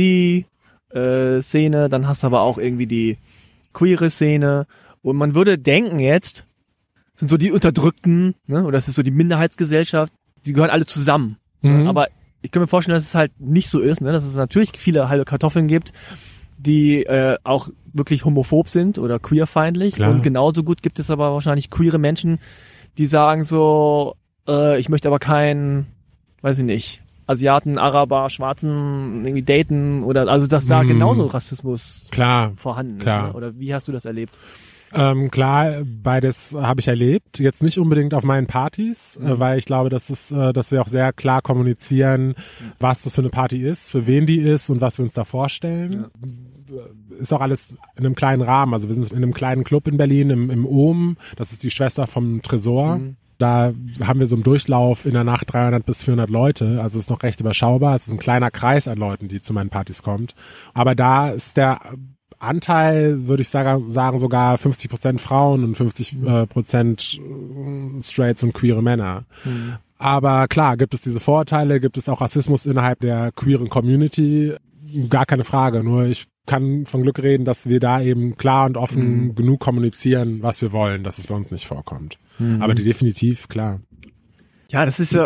C-Szene, dann hast du aber auch irgendwie die queere Szene. Und man würde denken jetzt, sind so die Unterdrückten, ne? Oder das ist so die Minderheitsgesellschaft, die gehören alle zusammen. Mhm. Aber ich kann mir vorstellen, dass es halt nicht so ist, ne? Dass es natürlich viele halbe Kartoffeln gibt, die äh, auch wirklich homophob sind oder queerfeindlich. Klar. Und genauso gut gibt es aber wahrscheinlich queere Menschen, die sagen so, äh, ich möchte aber keinen, weiß ich nicht, Asiaten, Araber, Schwarzen irgendwie daten oder also dass da Mhm. genauso Rassismus Klar, vorhanden klar. ist. Ne? Oder wie hast du das erlebt? Ähm, klar, beides habe ich erlebt. Jetzt nicht unbedingt auf meinen Partys, mhm. äh, weil ich glaube, dass es, äh, dass wir auch sehr klar kommunizieren, was das für eine Party ist, für wen die ist und was wir uns da vorstellen. Ja. Ist auch alles in einem kleinen Rahmen. Also wir sind in einem kleinen Club in Berlin, im, im Ohm. Das ist die Schwester vom Tresor. Mhm. Da haben wir so im Durchlauf in der Nacht dreihundert bis vierhundert Leute. Also es ist noch recht überschaubar. Es ist ein kleiner Kreis an Leuten, die zu meinen Partys kommt. Aber da ist der Anteil, würde ich sagen, sagen sogar fünfzig Prozent Frauen und fünfzig Prozent Straights und queere Männer. Mhm. Aber klar, gibt es diese Vorurteile, gibt es auch Rassismus innerhalb der queeren Community? Gar keine Frage. Nur ich kann von Glück reden, dass wir da eben klar und offen mhm. genug kommunizieren, was wir wollen, dass es bei uns nicht vorkommt. Mhm. Aber die definitiv, klar. Ja, das ist ja,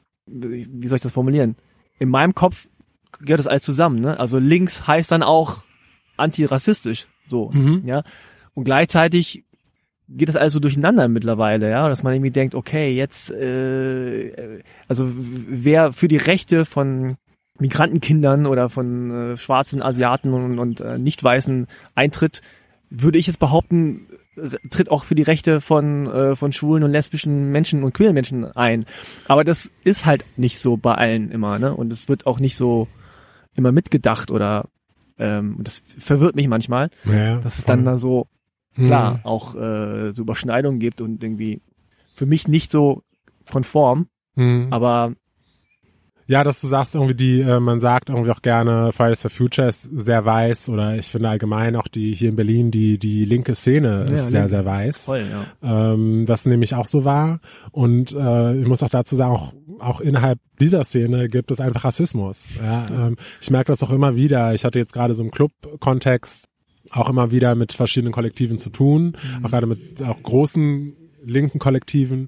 wie soll ich das formulieren? In meinem Kopf gehört das alles zusammen, ne? Also links heißt dann auch antirassistisch, so, mhm. ja. Und gleichzeitig geht das alles so durcheinander mittlerweile, ja, dass man irgendwie denkt, okay, jetzt, äh, also wer für die Rechte von Migrantenkindern oder von äh, schwarzen Asiaten und, und äh, nicht weißen eintritt, würde ich jetzt behaupten, tritt auch für die Rechte von äh, von schwulen und lesbischen Menschen und queeren Menschen ein. Aber das ist halt nicht so bei allen immer, ne? Und es wird auch nicht so immer mitgedacht oder ähm, das verwirrt mich manchmal, ja, dass es dann da so klar hm. auch äh, so Überschneidungen gibt und irgendwie für mich nicht so konform, hm. aber ja, dass du sagst irgendwie die, äh, man sagt irgendwie auch gerne, Fridays for Future ist sehr weiß oder ich finde allgemein auch die hier in Berlin die die linke Szene ist ja, sehr, sehr weiß. Voll, ja. Ähm, das nämlich auch so war und äh, ich muss auch dazu sagen, auch, auch innerhalb dieser Szene gibt es einfach Rassismus. Ja? Ähm, ich merke das auch immer wieder. Ich hatte jetzt gerade so im Club-Kontext auch immer wieder mit verschiedenen Kollektiven zu tun, mhm. auch gerade mit auch großen linken Kollektiven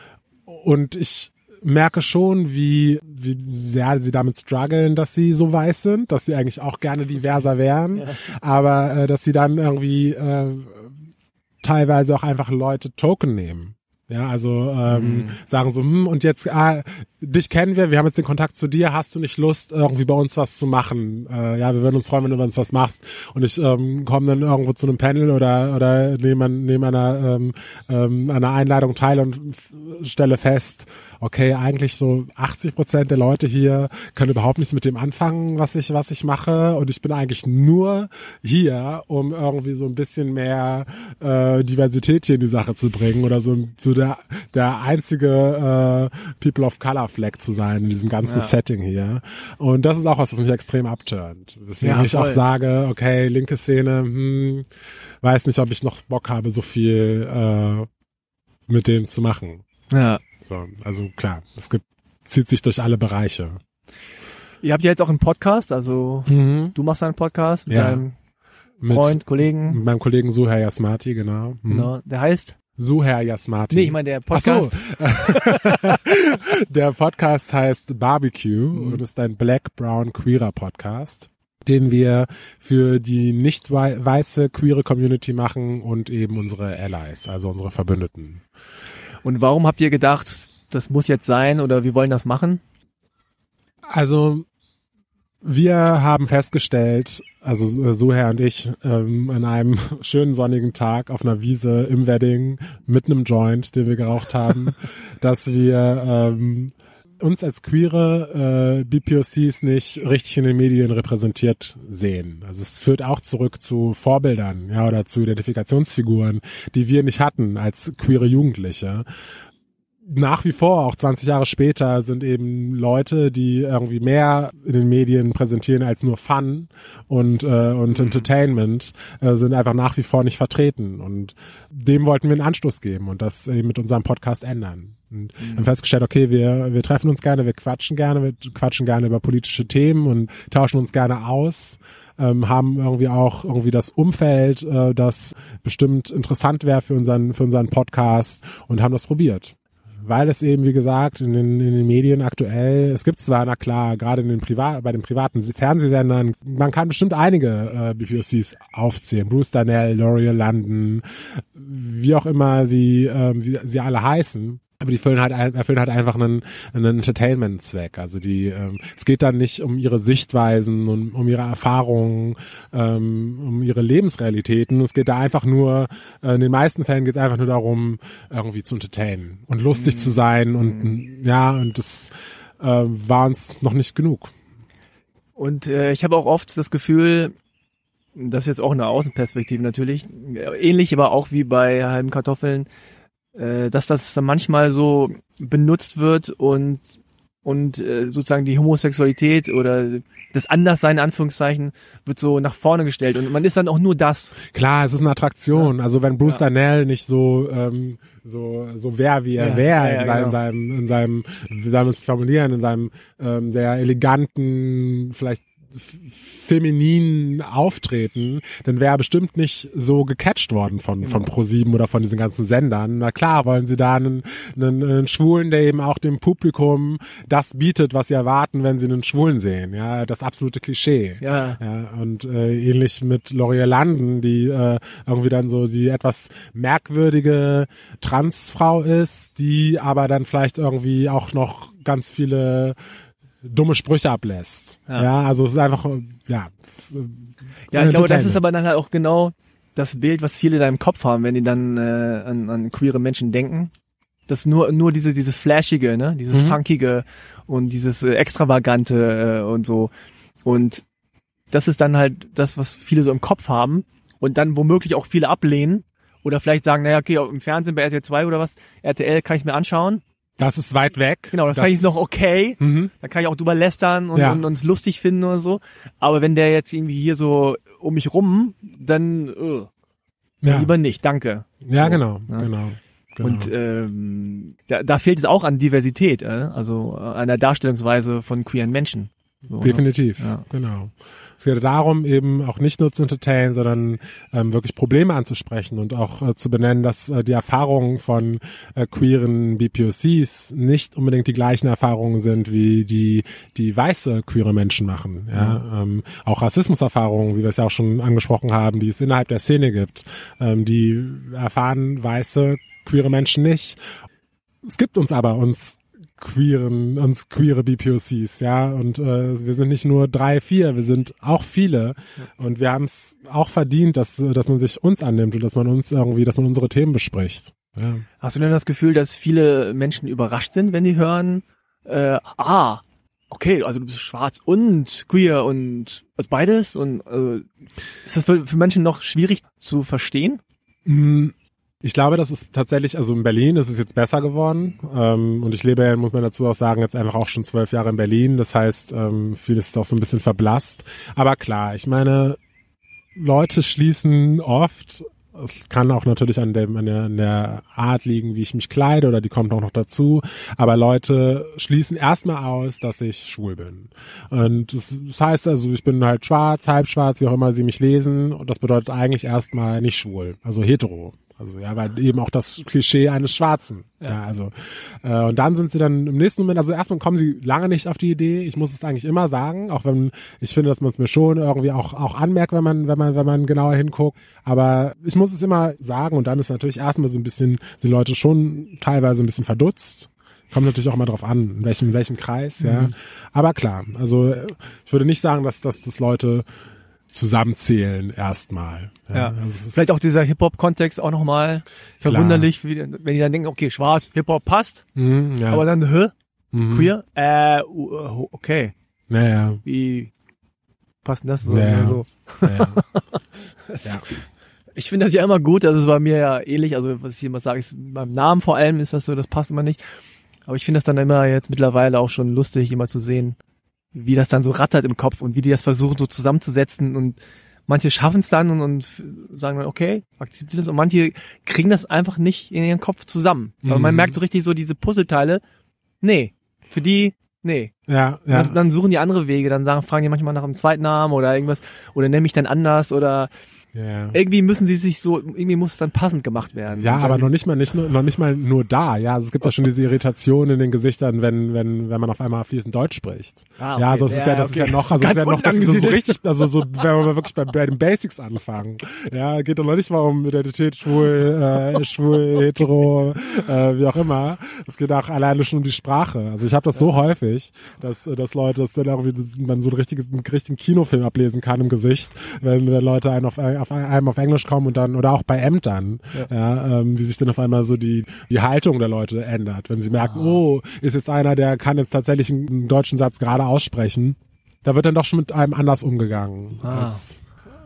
und ich merke schon, wie, wie sehr sie damit strugglen, dass sie so weiß sind, dass sie eigentlich auch gerne diverser wären, ja. aber äh, dass sie dann irgendwie äh, teilweise auch einfach Leute Token nehmen. Ja, also ähm, mhm. sagen so, hm, und jetzt, ah, dich kennen wir, wir haben jetzt den Kontakt zu dir, hast du nicht Lust, irgendwie bei uns was zu machen? Äh, ja, wir würden uns freuen, wenn du bei uns was machst. Und ich ähm, komme dann irgendwo zu einem Panel oder oder nehme an, nehme einer, ähm, ähm, einer Einladung teil und stelle fest, okay, eigentlich so achtzig Prozent der Leute hier können überhaupt nichts mit dem anfangen, was ich was ich mache und ich bin eigentlich nur hier, um irgendwie so ein bisschen mehr äh, Diversität hier in die Sache zu bringen oder so, so der der einzige äh, People of Color Flag zu sein in diesem ganzen ja. Setting hier. Und das ist auch was, was mich extrem abturnt. Deswegen ja, ich auch sage, okay, linke Szene, hm, weiß nicht, ob ich noch Bock habe, so viel äh, mit denen zu machen. Ja. So, also klar, es gibt, zieht sich durch alle Bereiche. Ihr habt ja jetzt auch einen Podcast, also mhm. du machst einen Podcast mit ja. deinem Freund, mit, Kollegen. Mit meinem Kollegen Suher Yasmati, genau. Mhm. Genau, der heißt? Suher Yasmati. Nee, ich meine der Podcast. Ach so. Der Podcast heißt Barbecue mhm. und ist ein Black, Brown, Queerer Podcast, den wir für die nicht weiße queere Community machen und eben unsere Allies, also unsere Verbündeten. Und warum habt ihr gedacht, das muss jetzt sein oder wir wollen das machen? Also wir haben festgestellt, also Suher und ich, ähm, an einem schönen sonnigen Tag auf einer Wiese im Wedding mit einem Joint, den wir geraucht haben, dass wir ähm, uns als queere äh, B P O Cs nicht richtig in den Medien repräsentiert sehen. Also es führt auch zurück zu Vorbildern, ja, oder zu Identifikationsfiguren, die wir nicht hatten als queere Jugendliche. Nach wie vor, auch zwanzig Jahre später, sind eben Leute, die irgendwie mehr in den Medien präsentieren als nur Fun und äh, und mhm. Entertainment, äh, sind einfach nach wie vor nicht vertreten. Und dem wollten wir einen Anstoß geben und das eben mit unserem Podcast ändern. Und mhm. haben festgestellt, okay, wir wir treffen uns gerne, wir quatschen gerne, wir quatschen gerne über politische Themen und tauschen uns gerne aus. Ähm, haben irgendwie auch irgendwie das Umfeld, äh, das bestimmt interessant wäre für unseren für unseren Podcast und haben das probiert. Weil es eben, wie gesagt, in den, in den Medien aktuell, es gibt zwar, na klar, gerade in den Privat, bei den privaten Fernsehsendern, man kann bestimmt einige äh, B P O Cs aufzählen. Bruce Darnell, L'Oreal London, wie auch immer sie, äh, wie sie alle heißen. Aber die erfüllen halt, erfüllen halt einfach einen, einen Entertainment-Zweck. Also die, ähm, es geht dann nicht um ihre Sichtweisen und um ihre Erfahrungen, ähm, um ihre Lebensrealitäten. Es geht da einfach nur, äh, in den meisten Fällen geht es einfach nur darum, irgendwie zu entertainen und lustig mm. zu sein. Und mm. ja, und das äh, war uns noch nicht genug. Und äh, ich habe auch oft das Gefühl, das ist jetzt auch eine Außenperspektive natürlich, ähnlich aber auch wie bei halben Kartoffeln, dass das dann manchmal so benutzt wird und und äh, sozusagen die Homosexualität oder das Anderssein in Anführungszeichen wird so nach vorne gestellt und man ist dann auch nur das. Klar, es ist eine Attraktion. Ja. Also wenn Bruce ja. Darnell nicht so ähm, so so wäre, wie er ja, wäre ja, ja, in, seinem, genau. in seinem in seinem wie soll man es formulieren, in seinem ähm, sehr eleganten, vielleicht femininen Auftreten, dann wäre er bestimmt nicht so gecatcht worden von von ProSieben oder von diesen ganzen Sendern. Na klar, wollen sie da einen, einen, einen Schwulen, der eben auch dem Publikum das bietet, was sie erwarten, wenn sie einen Schwulen sehen. Ja, das absolute Klischee. Ja. Ja, und äh, ähnlich mit L'Oreal London, die äh, irgendwie dann so die etwas merkwürdige Transfrau ist, die aber dann vielleicht irgendwie auch noch ganz viele dumme Sprüche ablässt. Ja, ja, also es ist einfach, ja. Es, ja, ich glaube, das ist aber dann halt auch genau das Bild, was viele da im Kopf haben, wenn die dann äh, an, an queere Menschen denken. Das nur nur diese dieses Flashige, ne, dieses mhm. Funkige und dieses äh, Extravagante äh, und so. Und das ist dann halt das, was viele so im Kopf haben und dann womöglich auch viele ablehnen oder vielleicht sagen, naja, okay, im Fernsehen bei R T L zwei oder was, R T L kann ich mir anschauen. Das ist weit weg. Genau, das, das fand ich noch okay. Mhm. Da kann ich auch drüber lästern und, ja. und uns lustig finden oder so. Aber wenn der jetzt irgendwie hier so um mich rum, dann uh, ja. lieber nicht, danke. Ja, so, genau, ja. genau, genau. Und ähm, da, da fehlt es auch an Diversität, äh? also an der Darstellungsweise von queeren Menschen. So, definitiv, ne? Ja. Genau. Es geht darum, eben auch nicht nur zu entertainen, sondern ähm, wirklich Probleme anzusprechen und auch äh, zu benennen, dass äh, die Erfahrungen von äh, queeren B P O Cs nicht unbedingt die gleichen Erfahrungen sind, wie die die weiße queere Menschen machen. Ja, mhm. ähm, auch Rassismuserfahrungen, wie wir es ja auch schon angesprochen haben, die es innerhalb der Szene gibt, ähm, die erfahren weiße queere Menschen nicht. Es gibt uns aber uns queeren, uns queere B P O Cs, ja, und äh, wir sind nicht nur drei, vier, wir sind auch viele ja. und wir haben es auch verdient, dass dass man sich uns annimmt und dass man uns irgendwie, dass man unsere Themen bespricht. Ja. Hast du denn das Gefühl, dass viele Menschen überrascht sind, wenn die hören, äh, ah, okay, also du bist schwarz und queer und also beides und äh, ist das für, für Menschen noch schwierig zu verstehen? Mm. Ich glaube, das ist tatsächlich, also in Berlin ist es jetzt besser geworden ähm, und ich lebe ja, muss man dazu auch sagen, jetzt einfach auch schon zwölf Jahre in Berlin, das heißt, ähm, vieles ist auch so ein bisschen verblasst, aber klar, ich meine, Leute schließen oft, es kann auch natürlich an, dem, an, der, an der Art liegen, wie ich mich kleide oder die kommt auch noch dazu, aber Leute schließen erstmal aus, dass ich schwul bin und das, das heißt also, ich bin halt schwarz, halb schwarz, wie auch immer sie mich lesen und das bedeutet eigentlich erstmal nicht schwul, also hetero. Also ja, weil eben auch das Klischee eines Schwarzen. Ja, ja also äh, und dann sind sie dann im nächsten Moment, also erstmal kommen sie lange nicht auf die Idee. Ich muss es eigentlich immer sagen, auch wenn ich finde, dass man es mir schon irgendwie auch auch anmerkt, wenn man wenn man wenn man genauer hinguckt. Aber ich muss es immer sagen und dann ist natürlich erstmal so ein bisschen, sind Leute schon teilweise ein bisschen verdutzt. Kommt natürlich auch mal drauf an, in welchem in welchem Kreis. Ja, mhm. Aber klar, also ich würde nicht sagen, dass dass das Leute zusammenzählen erstmal. Ja, ja. Also vielleicht auch dieser Hip-Hop-Kontext auch nochmal verwunderlich, wie, wenn die dann denken, okay, schwarz, Hip-Hop passt, mhm, ja. aber dann, hä? Mhm. Queer? Äh, okay. Naja. Wie passt denn das so? Naja. so? Naja. Ja. Ich finde das ja immer gut, das ist bei mir ja ähnlich, also was ich immer sage, ist, beim Namen vor allem ist das so, das passt immer nicht, aber ich finde das dann immer jetzt mittlerweile auch schon lustig, immer zu sehen, wie das dann so rattert im Kopf und wie die das versuchen so zusammenzusetzen und manche schaffen es dann und, und sagen dann, okay, akzeptieren das und manche kriegen das einfach nicht in ihren Kopf zusammen. Mhm. Aber man merkt so richtig so diese Puzzleteile, nee, für die, nee. Ja, ja. Dann, dann suchen die andere Wege, dann sagen, fragen die manchmal nach einem zweiten Namen oder irgendwas oder nenn mich dann anders oder Yeah. Irgendwie müssen sie sich so, irgendwie muss es dann passend gemacht werden. Ja, aber noch nicht mal nicht nur, noch nicht mal nur da. Ja, also es gibt ja schon diese Irritation in den Gesichtern, wenn wenn wenn man auf einmal fließend Deutsch spricht. Ah, okay. Ja, also es ist ja, das okay. ist ja noch, also es ist ja noch, das ist so richtig, also so, wenn wir mal wirklich bei, bei den Basics anfangen. Ja, geht doch noch nicht mal um Identität, schwul, äh, schwul, hetero, äh, wie auch immer. Es geht auch alleine schon um die Sprache. Also ich habe das so häufig, dass dass Leute, dass dann irgendwie dass man so einen richtigen, einen richtigen Kinofilm ablesen kann im Gesicht, wenn, wenn Leute einen auf, auf einem auf Englisch kommen und dann, oder auch bei Ämtern, ja, ja ähm, wie sich dann auf einmal so die, die Haltung der Leute ändert. Wenn sie merken, oh, ist jetzt einer, der kann jetzt tatsächlich einen deutschen Satz gerade aussprechen, da wird dann doch schon mit einem anders umgegangen. Ah. Als,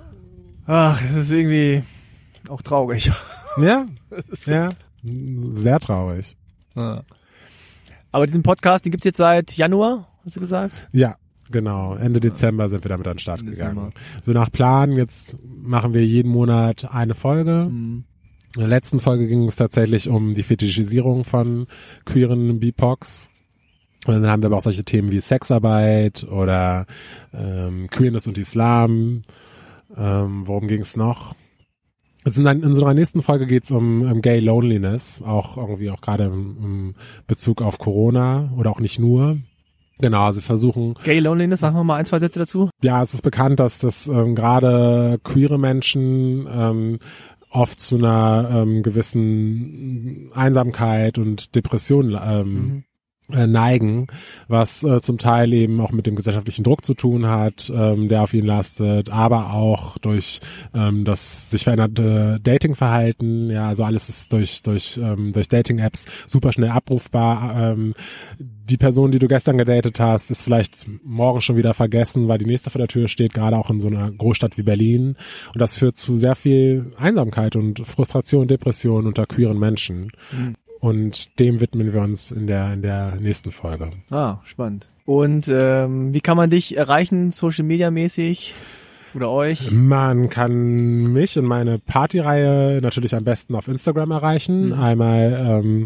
Ach, das ist irgendwie auch traurig. ja, ja, sehr traurig. Ah. Aber diesen Podcast, den gibt's jetzt seit Januar, hast du gesagt? Ja. Genau, Ende Dezember sind wir damit an den Start Dezember. gegangen. So nach Plan, jetzt machen wir jeden Monat eine Folge. Mhm. In der letzten Folge ging es tatsächlich um die Fetischisierung von queeren B I P O Cs. Und dann haben wir aber auch solche Themen wie Sexarbeit oder ähm, Queerness und Islam. Ähm, worum ging es noch? Jetzt in, in unserer nächsten Folge geht es um, um Gay Loneliness, auch irgendwie auch gerade im, im Bezug auf Corona oder auch nicht nur. Genau, also versuchen. Gay Loneliness, sagen wir mal ein, zwei Sätze dazu. Ja, es ist bekannt, dass das ähm, gerade queere Menschen ähm, oft zu einer ähm, gewissen Einsamkeit und Depression ähm, mhm. äh, neigen, was äh, zum Teil eben auch mit dem gesellschaftlichen Druck zu tun hat, ähm, der auf ihnen lastet, aber auch durch ähm, das sich veränderte Datingverhalten. Ja, also alles ist durch durch ähm, durch Dating-Apps super schnell abrufbar. Ähm, die Person, die du gestern gedatet hast, ist vielleicht morgen schon wieder vergessen, weil die nächste vor der Tür steht, gerade auch in so einer Großstadt wie Berlin. Und das führt zu sehr viel Einsamkeit und Frustration, Depression unter queeren Menschen. Mhm. Und dem widmen wir uns in der in der nächsten Folge. Ah, spannend. Und ähm, wie kann man dich erreichen, Social Media mäßig? Oder euch? Man kann mich und meine Partyreihe natürlich am besten auf Instagram erreichen. Mhm. Einmal ähm,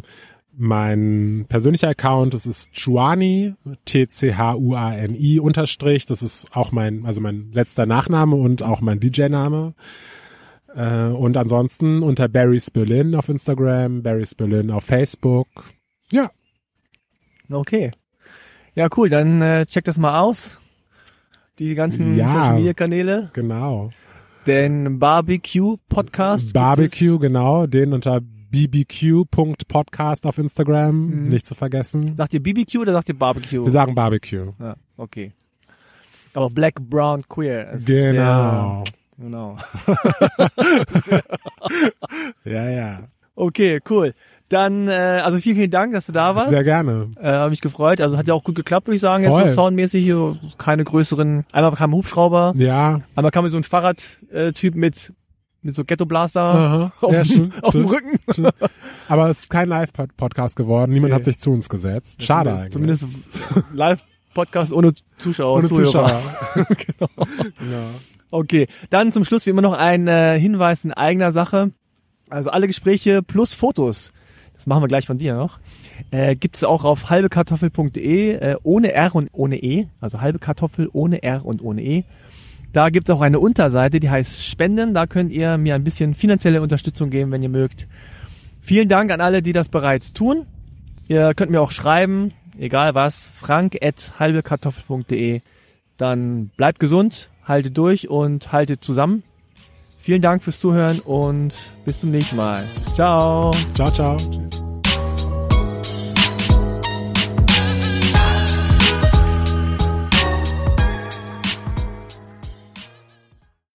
mein persönlicher Account, das ist Chuani, T C H U A N I unterstrich. Das ist auch mein, also mein letzter Nachname und auch mein D J-Name. Äh, und ansonsten unter Barry's Berlin auf Instagram, Barry's Berlin auf Facebook. Ja. Okay. Ja, cool. Dann äh, check das mal aus. Die ganzen ja, Social Media Kanäle. Genau. Den Barbecue Podcast. Barbecue, genau. Den unter b b q punkt podcast auf Instagram, mhm. nicht zu vergessen. Sagt ihr B B Q oder sagt ihr Barbecue? Wir sagen Barbecue. Ja, okay. Aber Black, Brown, Queer. Genau. Sehr, genau. ja, ja. Okay, cool. Dann, äh, also vielen, vielen Dank, dass du da warst. Sehr gerne. Äh, habe mich gefreut. Also hat ja auch gut geklappt, würde ich sagen. Voll. Jetzt so soundmäßig hier keine größeren. Einmal kam ein Hubschrauber. Ja. Einmal kam so ein Fahrradtyp mit mit so Ghetto-Blaster Aha. auf, ja, schön, auf schön, dem Rücken. Schön. Aber es ist kein Live-Podcast geworden. Niemand nee. hat sich zu uns gesetzt. Schade ja, eigentlich. Zumindest Live-Podcast ohne Zuschauer. Ohne Zuhörer. Zuschauer. Genau. Ja. Okay, dann zum Schluss wie immer noch ein äh, Hinweis in eigener Sache. Also alle Gespräche plus Fotos, das machen wir gleich von dir noch, äh, gibt es auch auf halbekartoffel punkt de, äh, ohne R und ohne E, also halbe Kartoffel ohne R und ohne E. Da gibt es auch eine Unterseite, die heißt Spenden. Da könnt ihr mir ein bisschen finanzielle Unterstützung geben, wenn ihr mögt. Vielen Dank an alle, die das bereits tun. Ihr könnt mir auch schreiben, egal was, frank at halbekartoffel punkt de. Dann bleibt gesund, haltet durch und haltet zusammen. Vielen Dank fürs Zuhören und bis zum nächsten Mal. Ciao. Ciao, ciao.